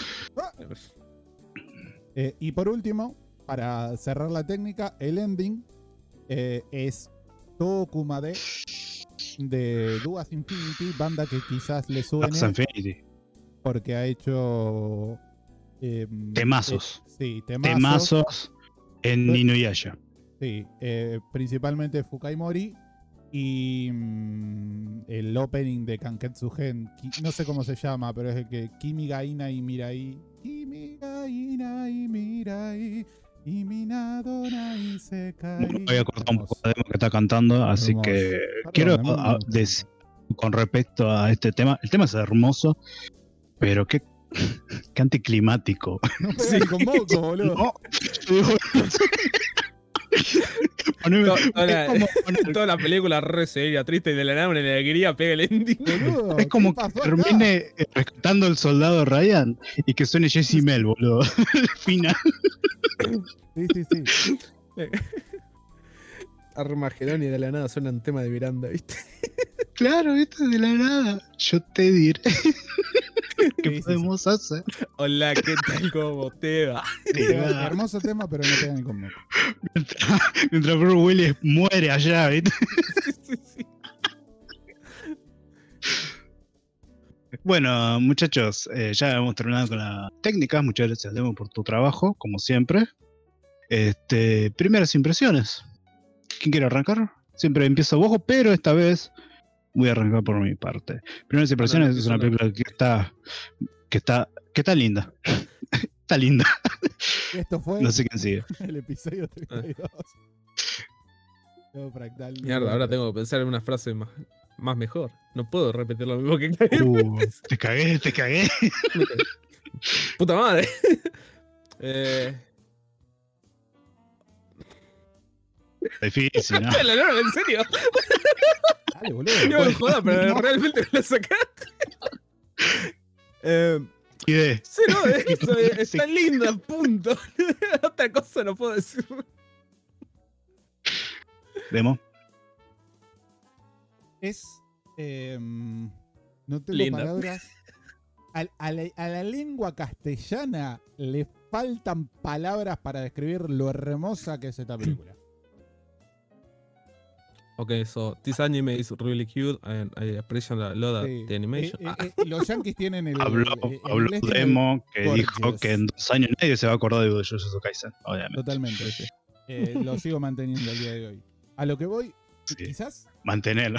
Y por último, para cerrar la técnica, el ending es Tokumade de Duas Infinity, banda que quizás le suene Lux Infinity. porque ha hecho Temazos. sí, Temazos en Inuyasha. Sí, principalmente Fukaimori y el opening de Kanketsu Gen, no sé cómo se llama, pero es el que Kimi ga ina y Mirai. Kimi ga ina y Mirai. Y Minado nai sekai. Voy a cortar un poco de demo que está cantando, así Hermoso. que Perdón, quiero a mí me gusta. decir con respecto a este tema. El tema es hermoso, pero qué anticlimático. No pegan con moco, boludo. No, Poneme- Toda la, es como poner- toda la película re seria, triste y de la nada una alegría pega el ending. Boludo, es como ¿qué que pasó acá? termine rescatando al soldado Ryan y que suene Jesse Mel, boludo. El final. Sí, sí, sí. Armagedón y de la nada suena un tema de Miranda, ¿viste? Claro, esto de la nada. Yo te diré. ¿Qué Sí, sí, podemos hacer? Hola, ¿qué tal? ¿Cómo te va? Hermoso tema, pero no pegan con moco. Mientras Bruce Willis muere allá, ¿viste? Sí. Bueno, muchachos, ya hemos terminado con las técnicas. Muchas gracias, Demo, por tu trabajo, como siempre. Primeras impresiones. ¿Quién quiere arrancar? Siempre empiezo vos, pero esta vez voy a arrancar por mi parte. Primeras impresiones es una película que está linda. Está linda. Esto fue No sé quién sigue. el episodio 32. Todo fractal. Mierda, ahora tengo que pensar en una frase más mejor. No puedo repetir lo mismo que Te cagué. Puta madre. Difícil, ¿no? No, en serio. Dale, boludo. No me jodas, pero No. realmente me lo sacaste. Idea. Sí, no, eso está linda, punto. Otra cosa no puedo decir. Demo. Es. No tengo Linda. palabras. A la lengua castellana le faltan palabras para describir lo hermosa que es esta película. Okay, so this anime is really cute and I appreciate a lot Sí. the animation. Los yankees tienen el. Habló en inglés tienen el- Demo que dijo gorgeous. que en 2 años nadie se va a acordar de Jujutsu Kaisen, obviamente. Totalmente. Lo sigo manteniendo el día de hoy. A lo que voy, Sí. quizás Mantenerlo.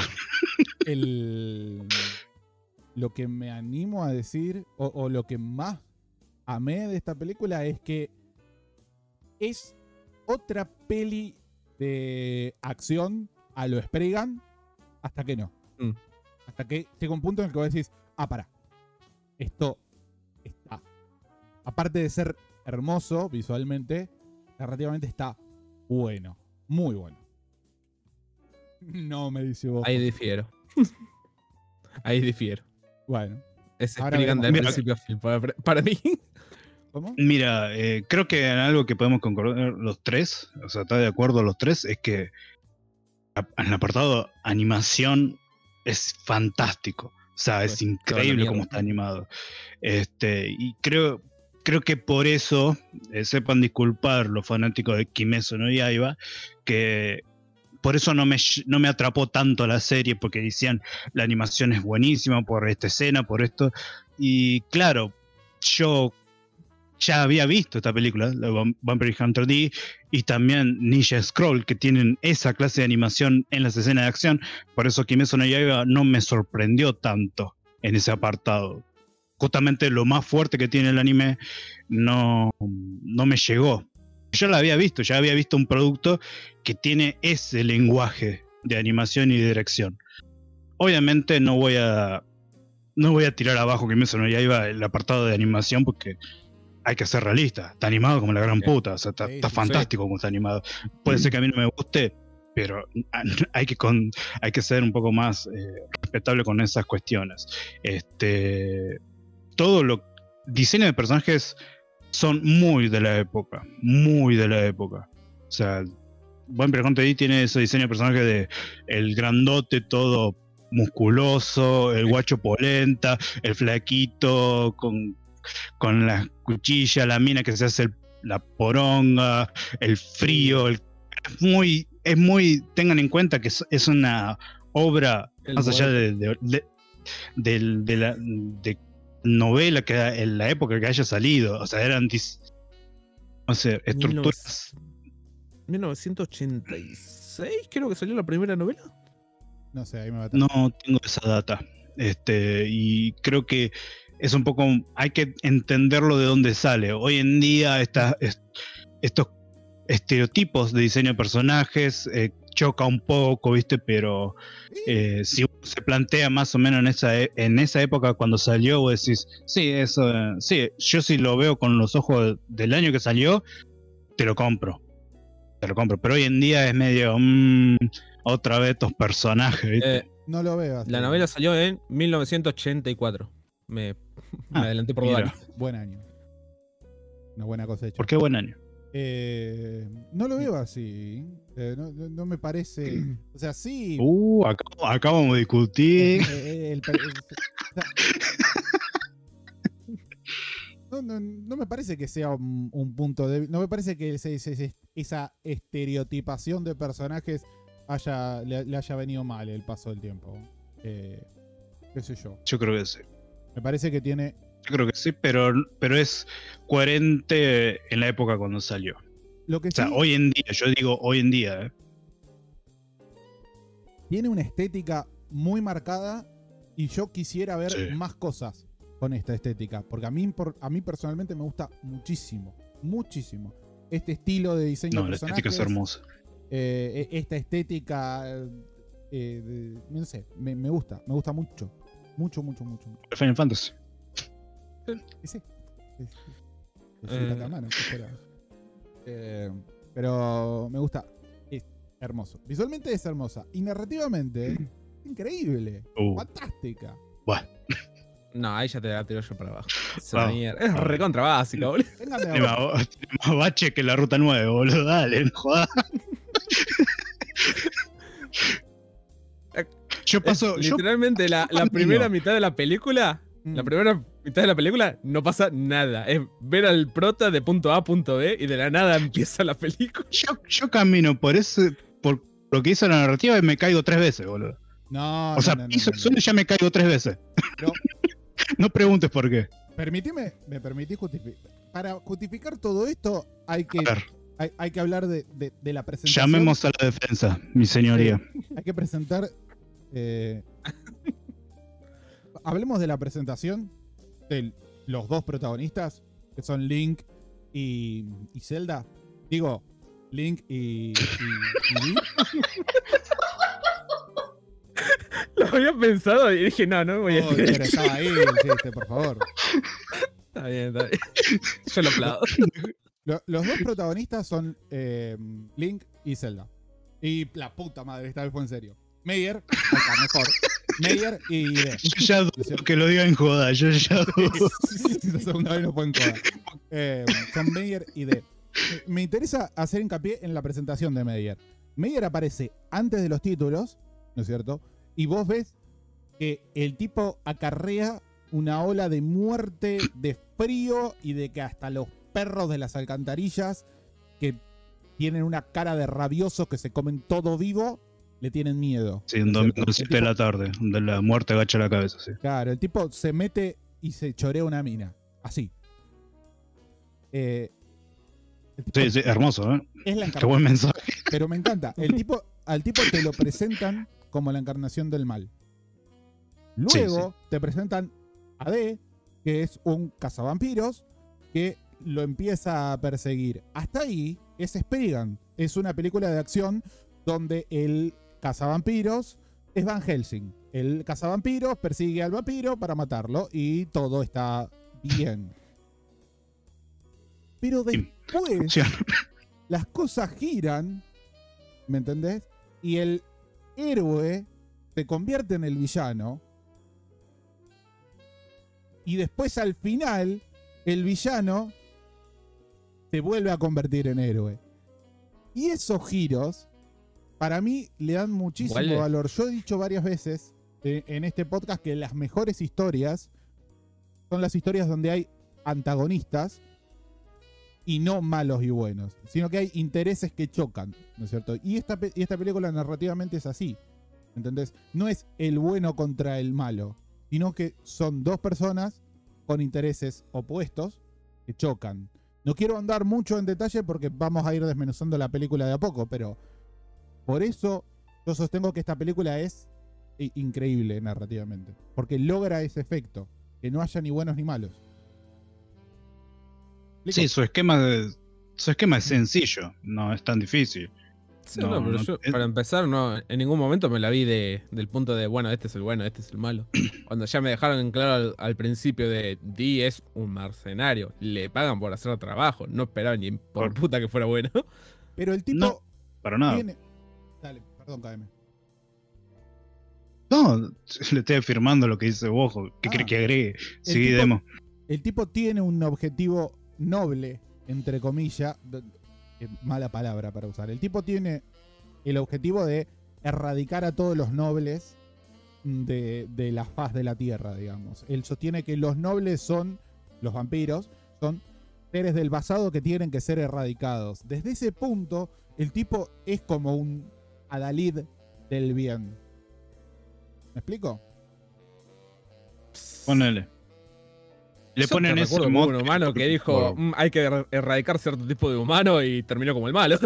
lo que me animo a decir, o lo que más amé de esta película, es que es otra peli de acción a lo Spriggan, hasta que no. Mm. Hasta que llega un punto en el que vos decís, pará. Esto está. Aparte de ser hermoso visualmente, narrativamente está bueno. Muy bueno. No me dice vos. Ahí difiero. Ahí difiero. Bueno, Es Ahora Spriggan del veremos. principio a fin para mí. ¿cómo? Mira, creo que en algo que podemos concordar los tres, o sea, estar de acuerdo los tres, es que en el apartado animación es fantástico. O sea, es Pues, increíble mierda. cómo está animado. Y creo que por eso sepan disculpar los fanáticos de Kimetsu no Yaiba, que por eso no me atrapó tanto la serie, porque decían la animación es buenísima por esta escena, por esto. Y claro, yo ya había visto esta película, la Vampire Hunter D, y también Ninja Scroll, que tienen esa clase de animación en las escenas de acción. Por eso Kimetsu no Yaiba no me sorprendió tanto en ese apartado. Justamente lo más fuerte que tiene el anime no me llegó. Yo ya había visto un producto que tiene ese lenguaje de animación y de dirección. Obviamente no voy a tirar abajo Kimetsu no Yaiba el apartado de animación, porque hay que ser realista. Está animado como la gran Sí. puta. O sea, Sí, está sí, fantástico como está animado. Puede ser que a mí no me guste, pero hay que ser un poco más respetable con esas cuestiones. Todo lo diseño de personajes son muy de la época, muy de la época. O sea, Buen Preconte ahí tiene ese diseño de personaje de el grandote todo musculoso, el guacho polenta, el flaquito con la cuchilla, la mina que se hace la poronga, el frío, es muy, tengan en cuenta que es una obra El más allá poeta. de la novela que en la época que haya salido, o sea, eran no sé, estructuras. 1986 creo que salió la primera novela. No sé, ahí me va a No tengo esa data. Y creo que es un poco. Hay que entenderlo de dónde sale. Hoy en día, estos estereotipos de diseño de personajes choca un poco, ¿viste? Pero si uno se plantea más o menos en esa época cuando salió, vos decís, sí, eso, sí, yo sí lo veo con los ojos del año que salió, te lo compro. Pero hoy en día es medio. Otra vez estos personajes, ¿viste? No lo veo así. La novela salió en 1984. Me adelanté por mira. varios. Buen año. Una buena cosecha. ¿Por qué buen año? No lo veo así. No me parece. O sea, sí. Acabamos de discutir. No me parece que sea un punto débil. No me parece que esa estereotipación de personajes le haya venido mal el paso del tiempo. ¿Qué sé yo? Yo creo que sí. Me parece que tiene. Yo creo que sí, pero es coherente en la época cuando salió. Lo que O sea, sí, hoy en día, yo digo hoy en día, tiene una estética muy marcada y yo quisiera ver Sí. más cosas con esta estética, porque a mí personalmente me gusta muchísimo, muchísimo este estilo de diseño No, de la estética personajes, es hermosa. esta estética, no sé, me gusta mucho, mucho. Final Fantasy. Y sí. Mano, ¿qué esperabas? Pero me gusta, es hermoso, visualmente es hermosa y narrativamente increíble, fantástica. Bueno, No, ahí ya te la tiro yo para abajo. Esa Vamos. mierda. Es recontra básica, boludo. Vengan de tiene abajo. más bache que la ruta 9, boludo. Dale, no jodas. Yo paso. Literalmente, la camino. primera mitad de la película. La primera mitad de la película no pasa nada. Es ver al prota de punto A a punto B y de la nada empieza la película. Yo camino por lo que hizo la narrativa y me caigo 3 veces, boludo. No, O sea, no, piso el suelo y ya me caigo 3 veces. Pero No preguntes por qué. me permitís justificar. Para justificar todo esto hay que, A ver, hay que hablar de la presentación. llamemos a la defensa, mi señoría. Hay que presentar. Hablemos de la presentación de los dos protagonistas, que son Link y Zelda. Digo, Link y Link. Lo había pensado y dije, no voy a Oh, decir. pero estaba ahí el chiste, por favor. Está bien. Yo lo aplaudo. Los dos protagonistas son Link y Zelda. Y la puta madre, esta vez fue en serio. Meyer, acá mejor. Meyer y D. Yo ya dudo que lo diga en joda, yo ya dudo. La segunda vez no fue en coda. Son Meyer y D. Me interesa hacer hincapié en la presentación de Meyer. Meyer aparece antes de los títulos, ¿no es cierto? Y vos ves que el tipo acarrea una ola de muerte, de frío y de que hasta los perros de las alcantarillas, que tienen una cara de rabiosos que se comen todo vivo, le tienen miedo. Sí, un ¿no es domingo cierto? 7 de la tarde, donde la muerte agacha la cabeza, sí. Claro, el tipo se mete y se chorea una mina. Así. El tipo Sí, hermoso, ¿eh? es la Qué encarnación. buen mensaje. Pero me encanta. Al tipo te lo presentan como la encarnación del mal. Luego te presentan a D, que es un cazavampiros que lo empieza a perseguir. Hasta ahí es Spriggan. Es una película de acción donde el cazavampiros es Van Helsing. El cazavampiros persigue al vampiro para matarlo y todo está bien. Pero Sí, después funciona. las cosas giran, ¿me entendés? Y el héroe se convierte en el villano. Y después al final, el villano se vuelve a convertir en héroe. Y esos giros, para mí, le dan muchísimo Igual valor. Yo he dicho varias veces en este podcast que las mejores historias son las historias donde hay antagonistas y no malos y buenos, sino que hay intereses que chocan, ¿no es cierto? Y esta película narrativamente es así, ¿entendés? No es el bueno contra el malo, sino que son dos personas con intereses opuestos que chocan. No quiero andar mucho en detalle porque vamos a ir desmenuzando la película de a poco, pero por eso yo sostengo que esta película es increíble narrativamente, porque logra ese efecto, que no haya ni buenos ni malos. Sí, su esquema es sencillo, no es tan difícil. Sí, No, pero no, yo, para empezar, no, en ningún momento me la vi del punto de, bueno, este es el bueno, este es el malo. Cuando ya me dejaron en claro al principio de Dee es un mercenario, le pagan por hacer trabajo, no esperaba ni por puta que fuera bueno. Pero el tipo No, para nada. tiene... Dale, perdón, KM. No, le estoy afirmando lo que dice vos. ¿Qué Ah. crees que agregue? Sí, tipo- demo. El tipo tiene un objetivo noble, entre comillas. Mala palabra para usar. El tipo tiene el objetivo de erradicar a todos los nobles de la faz de la tierra, digamos. Él sostiene que los nobles son, los vampiros, son seres del pasado que tienen que ser erradicados. Desde ese punto, el tipo es como un adalid del bien. ¿Me explico? Ponele. Le Yo ponen te ese recuerdo como mote un humano que dijo, por- hay que erradicar cierto tipo de humano y terminó como el malo.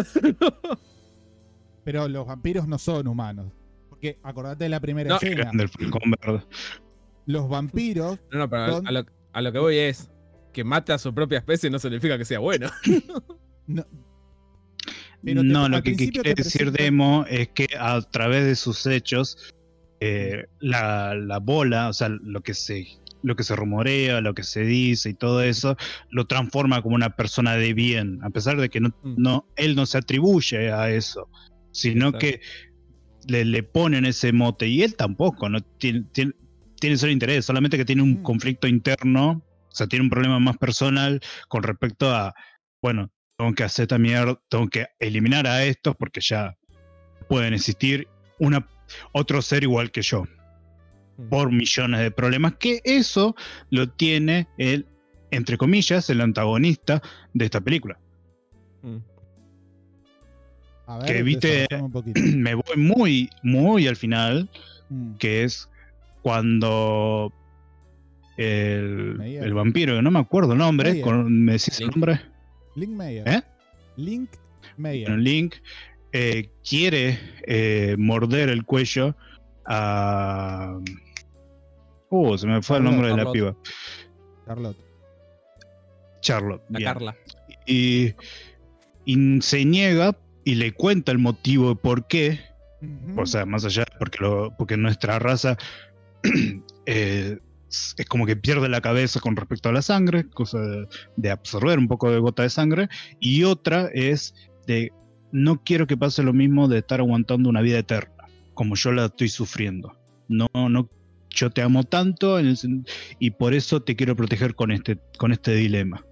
Pero los vampiros no son humanos. Porque acordate de la primera No, escena. del Falcón Verde. Los vampiros No, pero Son- a lo que voy es que mate a su propia especie no significa que sea bueno. no, pero No, al lo que principio quiere te decir presentan- Demo es que a través de sus hechos, la bola, o sea, lo que se rumorea, lo que se dice y todo eso, lo transforma como una persona de bien, a pesar de que él no se atribuye a eso, sino Exacto. que le ponen ese mote y él tampoco, no tiene solo interés, solamente que tiene un conflicto interno, o sea, tiene un problema más personal con respecto a, bueno, tengo que hacer esta mierda, tengo que eliminar a estos porque ya pueden existir otro ser igual que yo, por millones de problemas, que eso lo tiene el, entre comillas, el antagonista de esta película. A ver, Que viste, desarrollame un poquito. me voy muy, muy al final, Mm. que es cuando Meyer. el vampiro, que no me acuerdo el nombre, Meyer. ¿me decís el Link. nombre? Link Meyer. ¿Eh? Link Meyer. Bueno, Link quiere morder el cuello a... se me fue el nombre de la Charlotte. piba. Charlotte. Charlotte. La bien. Carla. Y se niega y le cuenta el motivo de por qué. Ujú. O sea, más allá, porque nuestra raza es como que pierde la cabeza con respecto a la sangre, cosa de absorber un poco de gota de sangre, y otra es de no quiero que pase lo mismo de estar aguantando una vida eterna, como yo la estoy sufriendo. No, yo te amo tanto y por eso te quiero proteger con este dilema.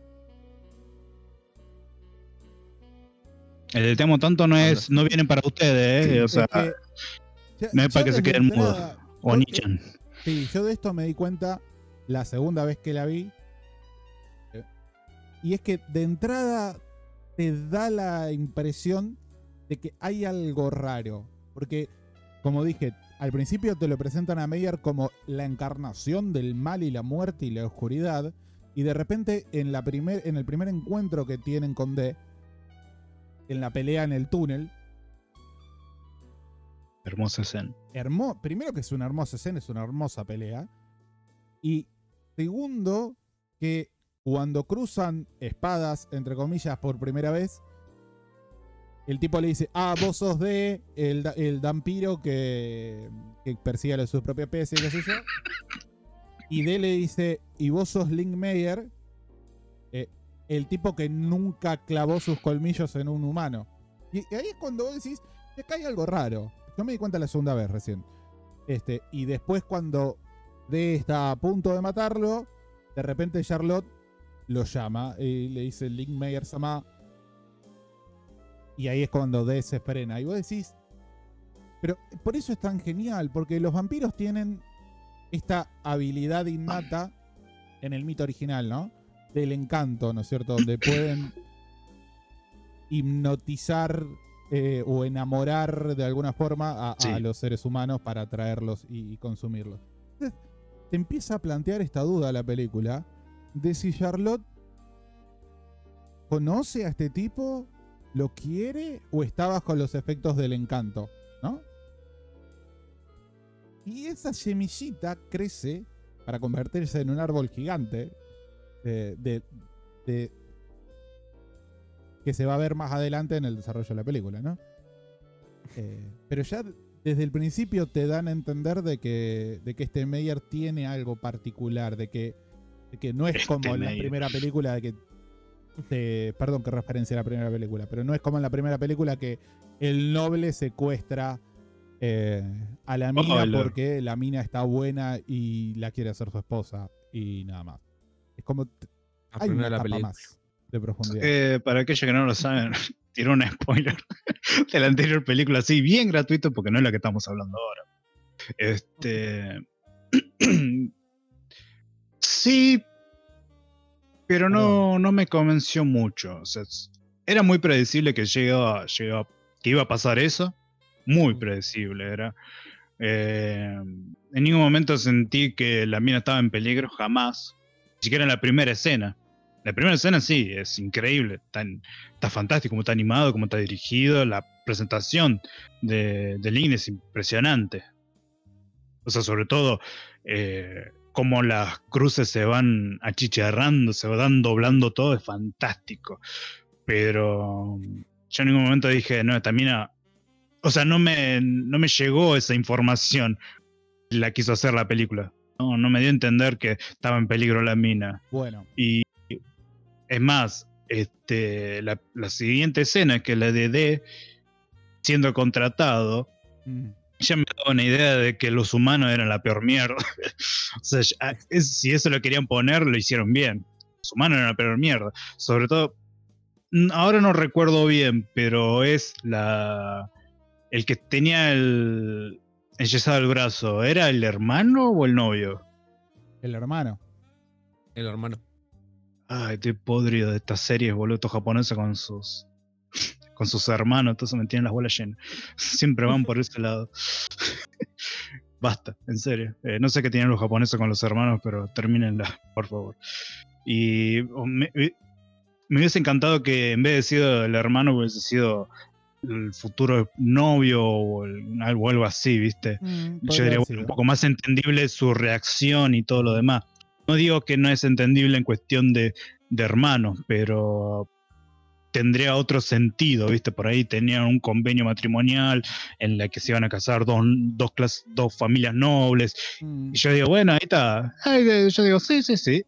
El de te amo tanto no viene para ustedes, o sea, no es para que se queden mudos. O Nichan. Sí, yo de esto me di cuenta la segunda vez que la vi. Y es que de entrada te da la impresión de que hay algo raro. Porque, como dije, al principio te lo presentan a Meyer como la encarnación del mal y la muerte y la oscuridad. Y de repente, en el primer encuentro que tienen con D, en la pelea en el túnel, Hermosa escena. primero que es una hermosa escena, es una hermosa pelea. Y segundo, que cuando cruzan espadas, entre comillas, por primera vez, el tipo le dice, vos sos de el vampiro que persigue a su propia especie, qué sé yo. Y D le dice, y vos sos Link Meyer, el tipo que nunca clavó sus colmillos en un humano. Y ahí es cuando vos decís, acá hay algo raro. Yo me di cuenta la segunda vez recién. Y después cuando D está a punto de matarlo, de repente Charlotte lo llama y le dice Linkmeyer Sama. Y ahí es cuando D se frena. Y vos decís, pero por eso es tan genial, porque los vampiros tienen esta habilidad innata en el mito original, ¿no? Del encanto, ¿no es cierto? Donde pueden hipnotizar o enamorar de alguna forma a los seres humanos para atraerlos y consumirlos. Entonces, te empieza a plantear esta duda la película de si Charlotte conoce a este tipo, lo quiere o está bajo los efectos del encanto, ¿no? Y esa semillita crece para convertirse en un árbol gigante que se va a ver más adelante en el desarrollo de la película, ¿no? Pero ya desde el principio te dan a entender de que este Meyer tiene algo particular, de que no es como en la primera película de que perdón que referencia a la primera película, pero no es como en la primera película que el noble secuestra a la mina porque la mina está buena y la quiere hacer su esposa y nada más. Es como hay una capa más de profundidad. Para aquellos que no lo saben, tiró un spoiler de la anterior película, así bien gratuito porque no es la que estamos hablando ahora. Sí, pero no me convenció mucho. O sea, era muy predecible que que iba a pasar eso. Muy predecible era. En ningún momento sentí que la mina estaba en peligro, jamás. Ni siquiera en la primera escena. La primera escena sí, es increíble. Está fantástico, como está animado, como está dirigido. La presentación de Lynn es impresionante. O sea, sobre todo, cómo las cruces se van achicharrando, se van doblando todo, es fantástico. Pero yo en ningún momento dije, no, esta mina... O sea, no me llegó esa información. La quiso hacer la película. No me dio a entender que estaba en peligro la mina. Bueno. Y es más, la siguiente escena, que la de D siendo contratado, ya me daba una idea de que los humanos eran la peor mierda. O sea, si eso lo querían poner, lo hicieron bien. Los humanos eran la peor mierda. Sobre todo, ahora no recuerdo bien, pero es el que tenía el enyesado el brazo, ¿era el hermano o el novio? El hermano. El hermano. Ay, estoy podrido de estas series, boludo, japonesas con sus hermanos, entonces me tienen las bolas llenas. Siempre van por ese lado. Basta, en serio. No sé qué tienen los japoneses con los hermanos, pero termínenla, por favor. Y me hubiese encantado que en vez de sido el hermano hubiese sido el futuro novio o algo así, ¿viste? Yo diría, bueno, un poco más entendible su reacción y todo lo demás. No digo que no es entendible en cuestión de hermanos, pero tendría otro sentido, ¿viste? Por ahí tenían un convenio matrimonial en la que se iban a casar dos familias nobles. Y yo digo, bueno, ahí está. Yo digo, sí.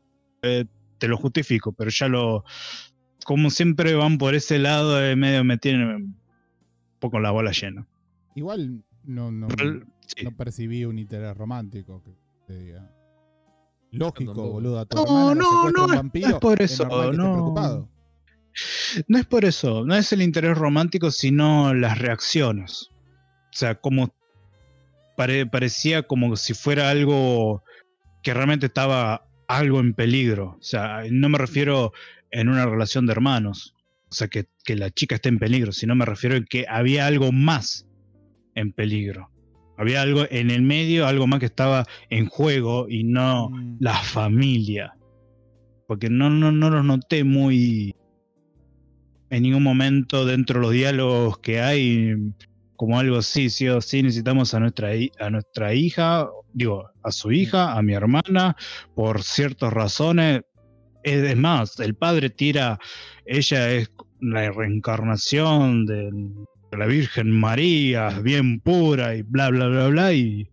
Te lo justifico, pero ya como siempre van por ese lado, medio me tienen un poco la bola llena. Igual no percibí un interés romántico que te diga. Lógico, boludo. A tu hermana secuestra un vampiro, no es por eso, preocupado. No es por eso, no es el interés romántico, sino las reacciones. O sea, como parecía como si fuera algo que realmente estaba algo en peligro. O sea, no me refiero en una relación de hermanos, o sea, que la chica esté en peligro, sino me refiero a que había algo más en peligro. Había algo en el medio, algo más que estaba en juego y no la familia. Porque no los noté muy... En ningún momento dentro de los diálogos que hay, como algo así, sí o sí necesitamos a nuestra hija, digo, a su hija, a mi hermana, por ciertas razones. Es más, el padre tira, ella es la reencarnación de la Virgen María, bien pura y bla, bla, bla, bla, y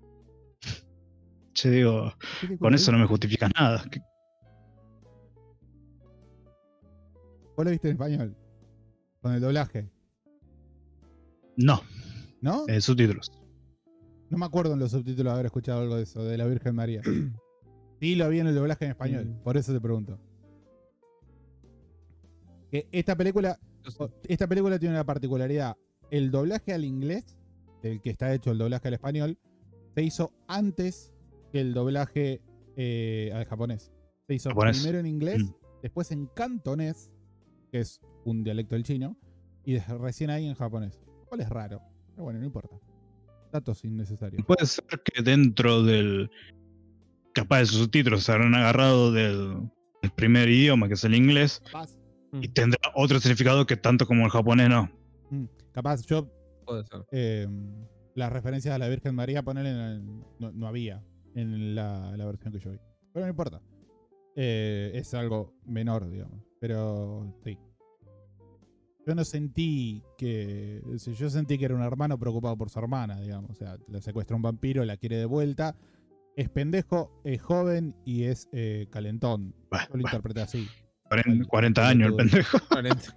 yo digo, con eso no me justifica nada. ¿Vos la viste en español? Con el doblaje. No, ¿No? subtítulos. No me acuerdo en los subtítulos haber escuchado algo de eso, de la Virgen María. Sí, lo vi en el doblaje en español, por eso te pregunto. Que esta película tiene una particularidad. El doblaje al inglés, el que está hecho el doblaje al español, se hizo antes que el doblaje al japonés. Se hizo primero en inglés, después en cantonés, que es un dialecto del chino, y recién ahí en japonés. ¿Cuál es raro? Pero bueno, no importa. Datos innecesarios. Puede ser que dentro del... Capaz de sus subtítulos se habrán agarrado del primer idioma, que es el inglés, y tendrá otro significado que tanto como el japonés no. Capaz, yo... Puede ser. Las referencias a la Virgen María, ponerle no había en la versión que yo vi. Pero no importa. Es algo menor, digamos. Pero sí. Yo no sentí que... Yo sentí que era un hermano preocupado por su hermana, digamos. O sea, la secuestra un vampiro, la quiere de vuelta. Es pendejo, es joven y es calentón. Yo lo interpreté así. 40 años el pendejo. 40.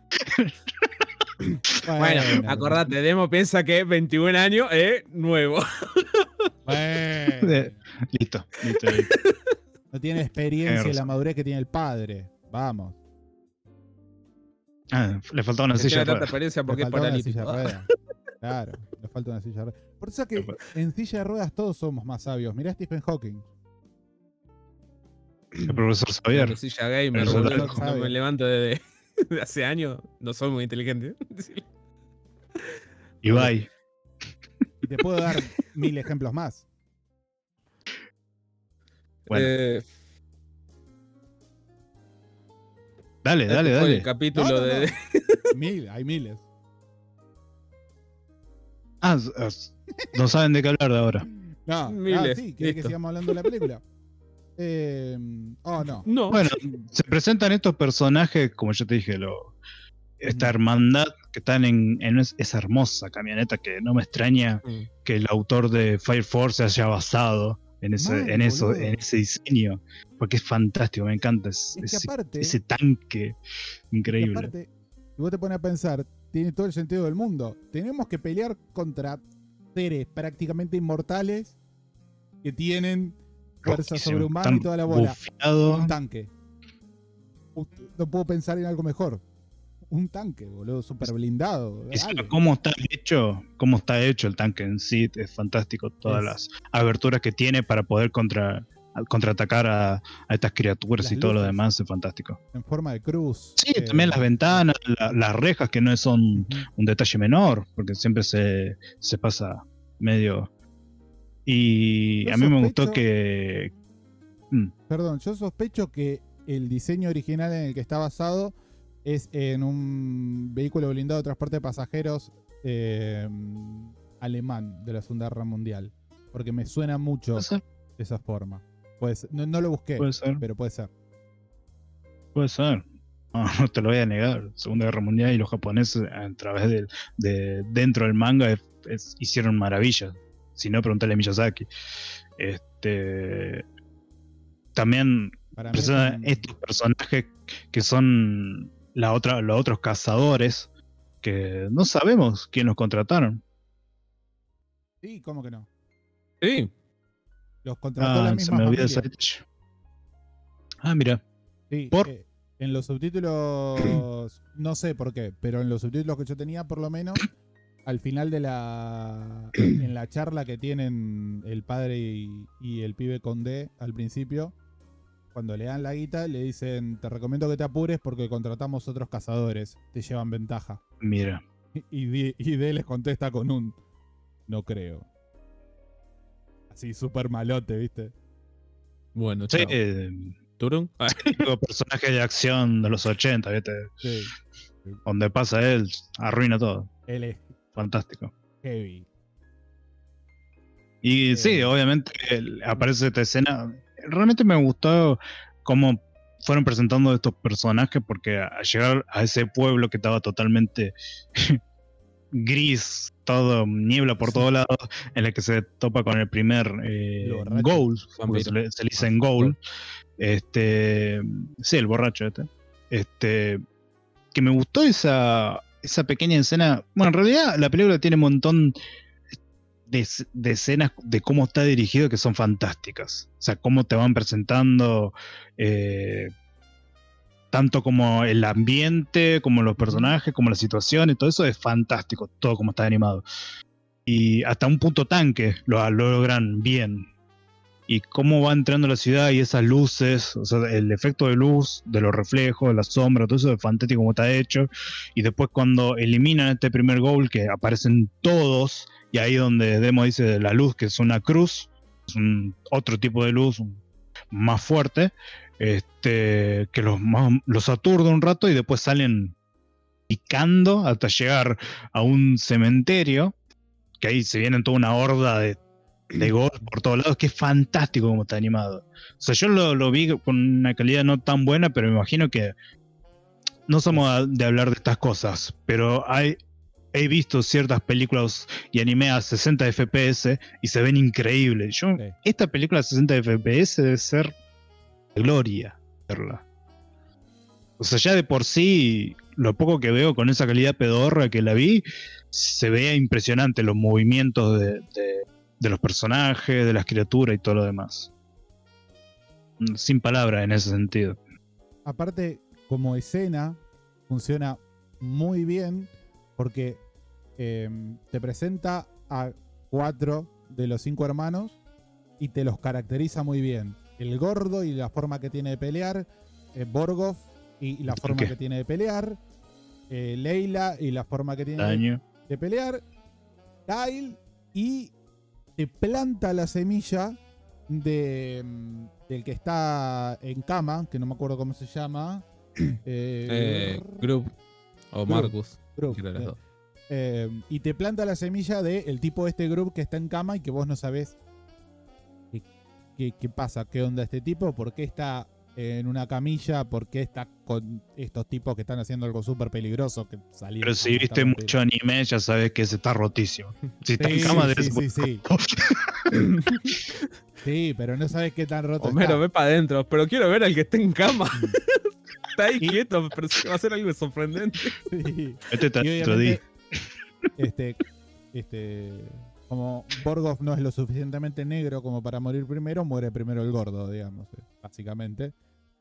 Bueno, acordate, Demo piensa que 21 años es nuevo. Bueno. Listo. No tiene experiencia y la madurez que tiene el padre. Vamos. Le faltaba una Que silla tiene de tanta ruedas. experiencia porque Le es faltaba una paralítico. silla de ruedas. Claro, le falta una silla de ruedas. Por eso que en silla de ruedas todos somos más sabios. Mirá a Stephen Hawking. El profesor Xavier. Bueno, silla gamer, El boludo. soldado No me levanto de hace años. No soy muy inteligente. Ibai. Y te puedo dar 1000 ejemplos más. Bueno. Dale. Fue el capítulo No. de... Hay miles. No saben de qué hablar de ahora. No, Miles, sí, ¿querés que listo. sigamos hablando de la película? No. No. Bueno, se presentan estos personajes, como yo te dije, esta hermandad que están en esa hermosa camioneta que no me extraña que el autor de Fire Force se haya basado en ese diseño, porque es fantástico, me encanta ese tanque increíble. Aparte, si vos te pones a pensar, tiene todo el sentido del mundo. Tenemos que pelear contra seres prácticamente inmortales que tienen fuerza sobrehumana y toda la bola. Un tanque. No puedo pensar en algo mejor. Un tanque, boludo, súper blindado. ¿Cómo está hecho el tanque en sí? Es fantástico. Todas las aberturas que tiene para poder contraatacar a estas criaturas y todo lo demás es fantástico. En forma de cruz. Sí, también las ventanas, las rejas, que no son un detalle menor, porque siempre se pasa medio. Y a mí me gustó que... Perdón, yo sospecho que el diseño original en el que está basado es en un vehículo blindado de transporte de pasajeros alemán de la Segunda Guerra Mundial. Porque me suena mucho de esa forma. Pues, no lo busqué, pero puede ser. Puede ser. No te lo voy a negar. Segunda Guerra Mundial y los japoneses a través de dentro del manga hicieron maravillas. Si no, preguntale a Miyazaki. También presentan estos personajes que son los otros cazadores que no sabemos quién los contrataron. Sí, ¿cómo que no? Sí. Los contrató la misma se me olvidó familia. ese... Mira. Sí, ¿Por? En los subtítulos, no sé por qué, pero en los subtítulos que yo tenía, por lo menos, al final de en la charla que tienen el padre y el pibe con D al principio, cuando le dan la guita, le dicen, te recomiendo que te apures porque contratamos otros cazadores, te llevan ventaja. Mira. Y D les contesta con un, no creo. Así, súper malote, ¿viste? Bueno, Sí, chao. ¿Turun? Personaje de acción de los 80, ¿viste? Sí. Donde pasa él, arruina todo. Él es Fantástico. heavy. Y sí, obviamente aparece esta escena. Realmente me gustó cómo fueron presentando estos personajes, porque al llegar a ese pueblo que estaba totalmente gris, todo niebla por todos lados, en el que se topa con el primer Ghoul, porque se le dicen Ghoul. Sí, el borracho que me gustó esa pequeña escena. Bueno, en realidad la película tiene un montón de escenas de cómo está dirigido que son fantásticas. O sea, cómo te van presentando tanto como el ambiente, como los personajes, como la situación, y todo eso es fantástico, todo como está animado. Y hasta un punto tanque lo logran bien. Y cómo va entrando la ciudad y esas luces, o sea, el efecto de luz, de los reflejos, de la sombra, todo eso es fantástico como está hecho. Y después cuando eliminan este primer goal, que aparecen todos, y ahí donde Demo dice la luz, que es una cruz, es otro tipo de luz más fuerte, que los aturde un rato y después salen picando hasta llegar a un cementerio, que ahí se vienen toda una horda de gol por todos lados, que es fantástico como está animado. O sea, yo lo vi con una calidad no tan buena, pero me imagino que no somos de hablar de estas cosas, pero he visto ciertas películas y anime a 60 FPS y se ven increíbles. Esta película a 60 FPS debe ser de gloria verla. O sea, ya de por sí, lo poco que veo con esa calidad pedorra que la vi, se veía impresionante los movimientos de los personajes, de las criaturas y todo lo demás. Sin palabras en ese sentido. Aparte, como escena, funciona muy bien porque te presenta a 4 de los 5 hermanos y te los caracteriza muy bien. El gordo y la forma que tiene de pelear, Borgov y la forma que tiene de pelear, Leila y la forma que tiene de pelear, Kyle, y te planta la semilla del que está en cama, que no me acuerdo cómo se llama. Group o Marcus. Group, y te planta la semilla del tipo de este Group que está en cama y que vos no sabés qué pasa, qué onda este tipo, por qué está en una camilla, por qué está con estos tipos que están haciendo algo súper peligroso. Pero si viste mucho anime, ya sabes que ese está rotísimo. Si está en cama, sí. Sí, pero no sabes qué tan roto Homero, está. ve para adentro, pero quiero ver al que está en cama. Está ahí quieto, pero va a ser algo sorprendente. Sí. Este está otro día. Como Borgov no es lo suficientemente negro como para morir primero, muere primero el gordo, digamos, básicamente.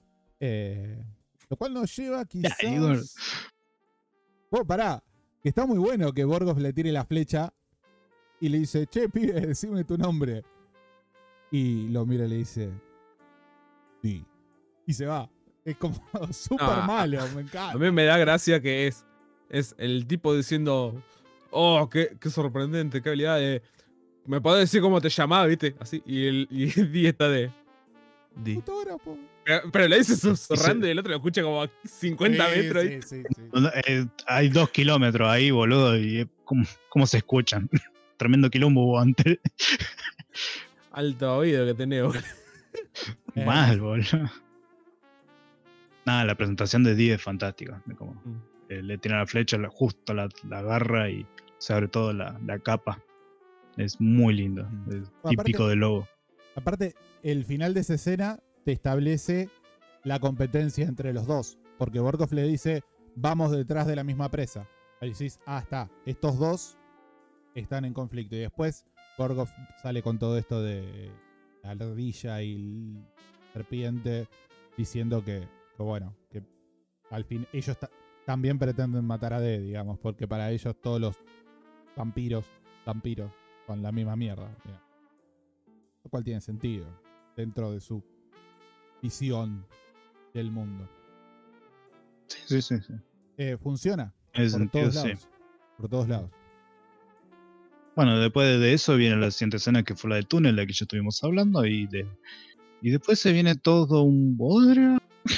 Lo cual nos lleva quizás... pará, que está muy bueno que Borgov le tire la flecha y le dice, che, pibe, decime tu nombre. Y lo mira y le dice, sí. Y se va. Es como súper malo, me encanta. A mí me da gracia que es el tipo diciendo, oh, qué sorprendente, qué habilidad de... ¿Me podés decir cómo te llamaba, viste? Así, y Di está de... Di. Fotógrafo. Pero le dice susurrando y el otro lo escucha como a 50 metros. Sí. Hay 2 kilómetros ahí, boludo, y ¿cómo se escuchan? Tremendo quilombo antes. Alto oído que tenés, boludo. Mal, boludo. Nada, la presentación de Dee es fantástica. De cómo le tira la flecha, justo la agarra y se abre toda la capa. Es muy lindo. Es típico de Lobo. Aparte, el final de esa escena te establece la competencia entre los dos. Porque Borgov le dice, vamos detrás de la misma presa. Ahí decís, está. Estos dos están en conflicto. Y después Borgov sale con todo esto de la ardilla y el serpiente, diciendo que bueno, que al fin ellos también pretenden matar a Dee, digamos, porque para ellos todos los vampiros son la misma mierda, digamos. Lo cual tiene sentido dentro de su visión del mundo. Sí. Funciona por todos lados. Bueno, después de eso viene la siguiente escena, que fue la del túnel, la que ya estuvimos hablando, y después se viene todo un bodrio.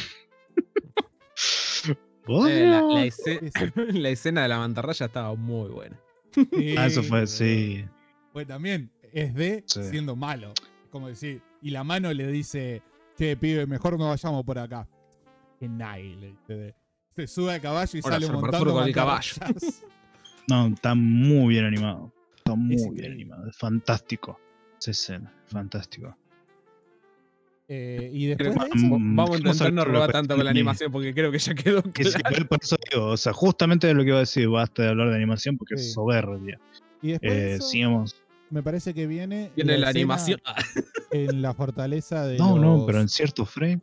La escena de la mantarraya estaba muy buena. Eso fue, sí. Pues también es siendo malo. Como decir, y la mano le dice, che, pibe, mejor no vayamos por acá. Que nadie se sube al caballo y sale montando con el caballo. No, está muy bien animado. Está muy bien animado. Es fantástico. Esa escena, fantástico. Y después Creo de que eso, vamos a ¿cómo intentar sabes no que lo robar que- tanto con la ni- animación porque creo que ya quedó Es claro. que por eso digo, o sea, justamente de lo que iba a decir, basta de hablar de animación porque Sí. es soberbia. y después de eso, Sigamos. me parece que viene Viene la escena animación. en la fortaleza de No, los no, pero en cierto frame.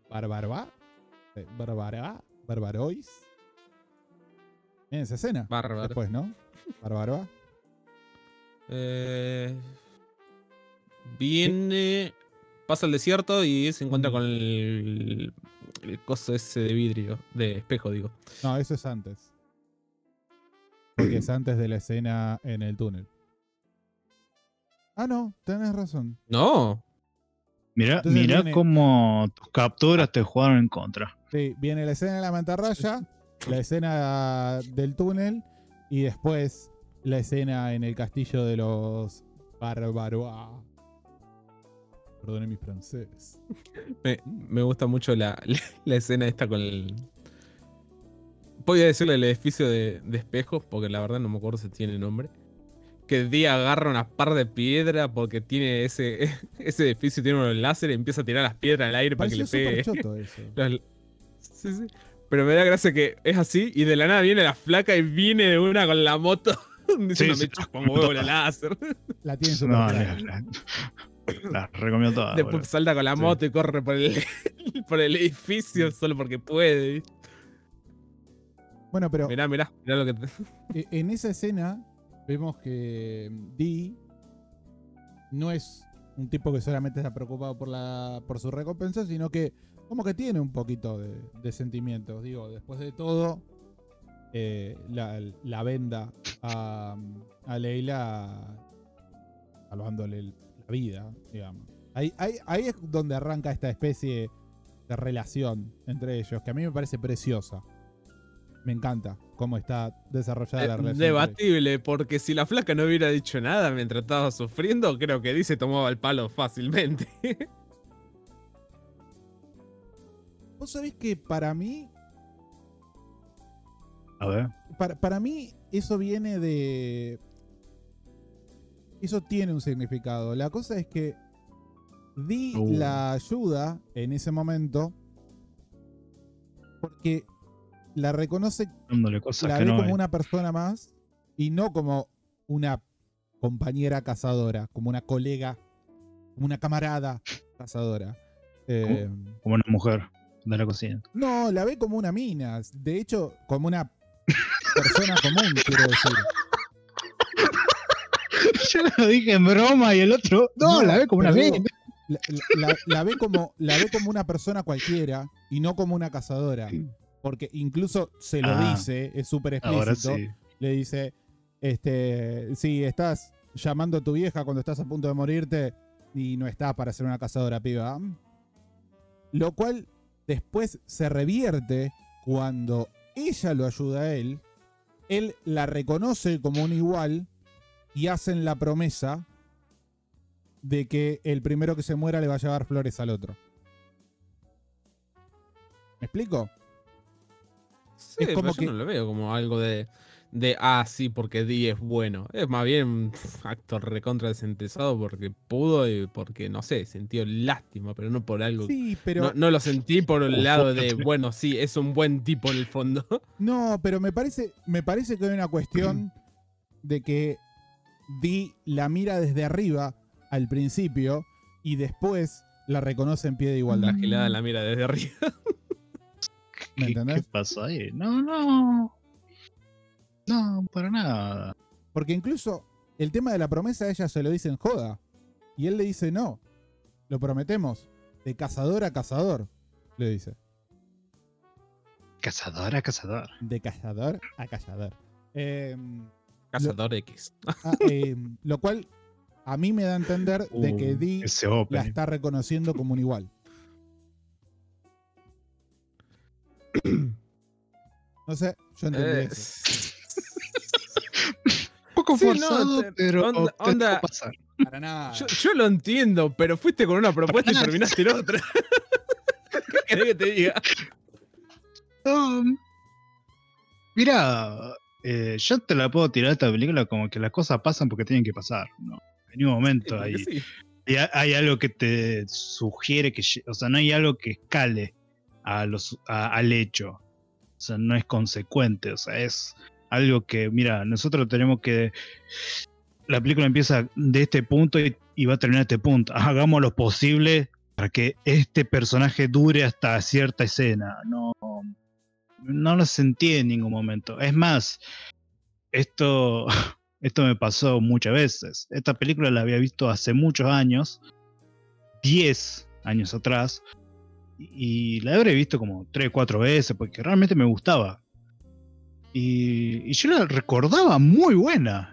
Barbarois. En esa escena. Bárbaro. Después, ¿no? Barbaroa. Viene. Pasa al desierto y se encuentra Mm. con el coso ese de vidrio. De espejo, digo. No, eso es antes. Porque es antes de la escena en el túnel. Ah, no, tenés razón. No. Mira, Entonces mira viene- cómo tus capturas te jugaron en contra. Sí, viene la escena de la mantarraya, la escena del túnel y después la escena en el castillo de los Barbaroa. Perdone mi francés. Me gusta mucho la escena esta con el. Voy a decirle el edificio de espejos, porque la verdad no me acuerdo si tiene nombre. Que Dee agarra una par de piedras porque tiene ese edificio, tiene unos láseres y empieza a tirar las piedras al aire para que Pareció le súper pegue. choto eso. Sí, sí. Pero me da gracia que es así y de la nada viene la flaca y viene de una con la moto diciendo Sí, me chupa un huevo la láser. La tiene súper No, clara. la recomiendo toda. Después boludo. salta con la Sí. moto y corre por el, por el edificio solo porque puede. Bueno, pero Mirá lo que te... en esa escena vemos que Dee no es un tipo que solamente está preocupado por su recompensa, sino que como que tiene un poquito de sentimientos. Digo, después de todo, la venda a Leila salvándole la vida, digamos. Ahí es donde arranca esta especie de relación entre ellos, que a mí me parece preciosa. Me encanta cómo está desarrollada la relación. entre ellos. Debatible, porque si la flaca no hubiera dicho nada mientras estaba sufriendo, creo que Dee se tomaba el palo fácilmente. Vos sabés que para mí A ver. para mí eso viene de... Eso tiene un significado. La cosa es que Dee la ayuda en ese momento porque la reconoce, Dándole cosas la que ve no como hay. una persona más y no como una compañera cazadora, como una colega, como una camarada cazadora. Como una mujer de la cocina. No, la ve como una mina. De hecho, como una persona común, quiero decir. Yo lo dije en broma y el otro. No, la ve como una pero mina. digo, la ve como una persona cualquiera y no como una cazadora. Porque incluso se lo dice, es súper Ahora explícito. sí. Le dice, si estás llamando a tu vieja cuando estás a punto de morirte y no estás para ser una cazadora, piba. Lo cual después se revierte cuando ella lo ayuda a él la reconoce como un igual y hacen la promesa de que el primero que se muera le va a llevar flores al otro. ¿Me explico? Sí, Es como pero que- yo no lo veo como algo de sí, porque Dee es bueno. Es más bien actor recontra desinteresado porque pudo y porque, no sé, sintió lástima, pero no por algo. Sí, pero No lo sentí por el lado de, fuerte. bueno, sí, es un buen tipo en el fondo. no, pero me parece que hay una cuestión de que Dee la mira desde arriba al principio y después la reconoce en pie de La igualdad. gilada la mira desde arriba. ¿Me ¿Qué entendés? pasó ahí? No, para nada. Porque incluso el tema de la promesa ella se lo dice en joda. Y él le dice no. Lo prometemos. De cazador a cazador. Le dice. Cazador a cazador. De cazador a cazador. Cazador X. Lo cual a mí me da a entender de que Dee Ese la opening. está reconociendo como un igual. No sé, yo entendí eso. Un poco Sí, no, forzado, pero onda- te onda- dejo pasar. Para nada. Yo lo entiendo, pero fuiste con una propuesta y terminaste en otra. ¿Qué querés que te diga? Mira, yo te la puedo tirar esta película como que las cosas pasan porque tienen que pasar, ¿no? En un momento Porque hay sí. hay algo que te sugiere que, o sea, no hay algo que escale al hecho. O sea, no es consecuente. O sea, es algo que, mira, nosotros tenemos que. La película empieza de este punto y va a terminar este punto. Hagamos lo posible para que este personaje dure hasta cierta escena. No lo sentí en ningún momento. Es más, esto me pasó muchas veces. Esta película la había visto hace muchos años, 10 años atrás, y la habré visto como 3 o 4 veces porque realmente me gustaba. Y yo la recordaba muy buena.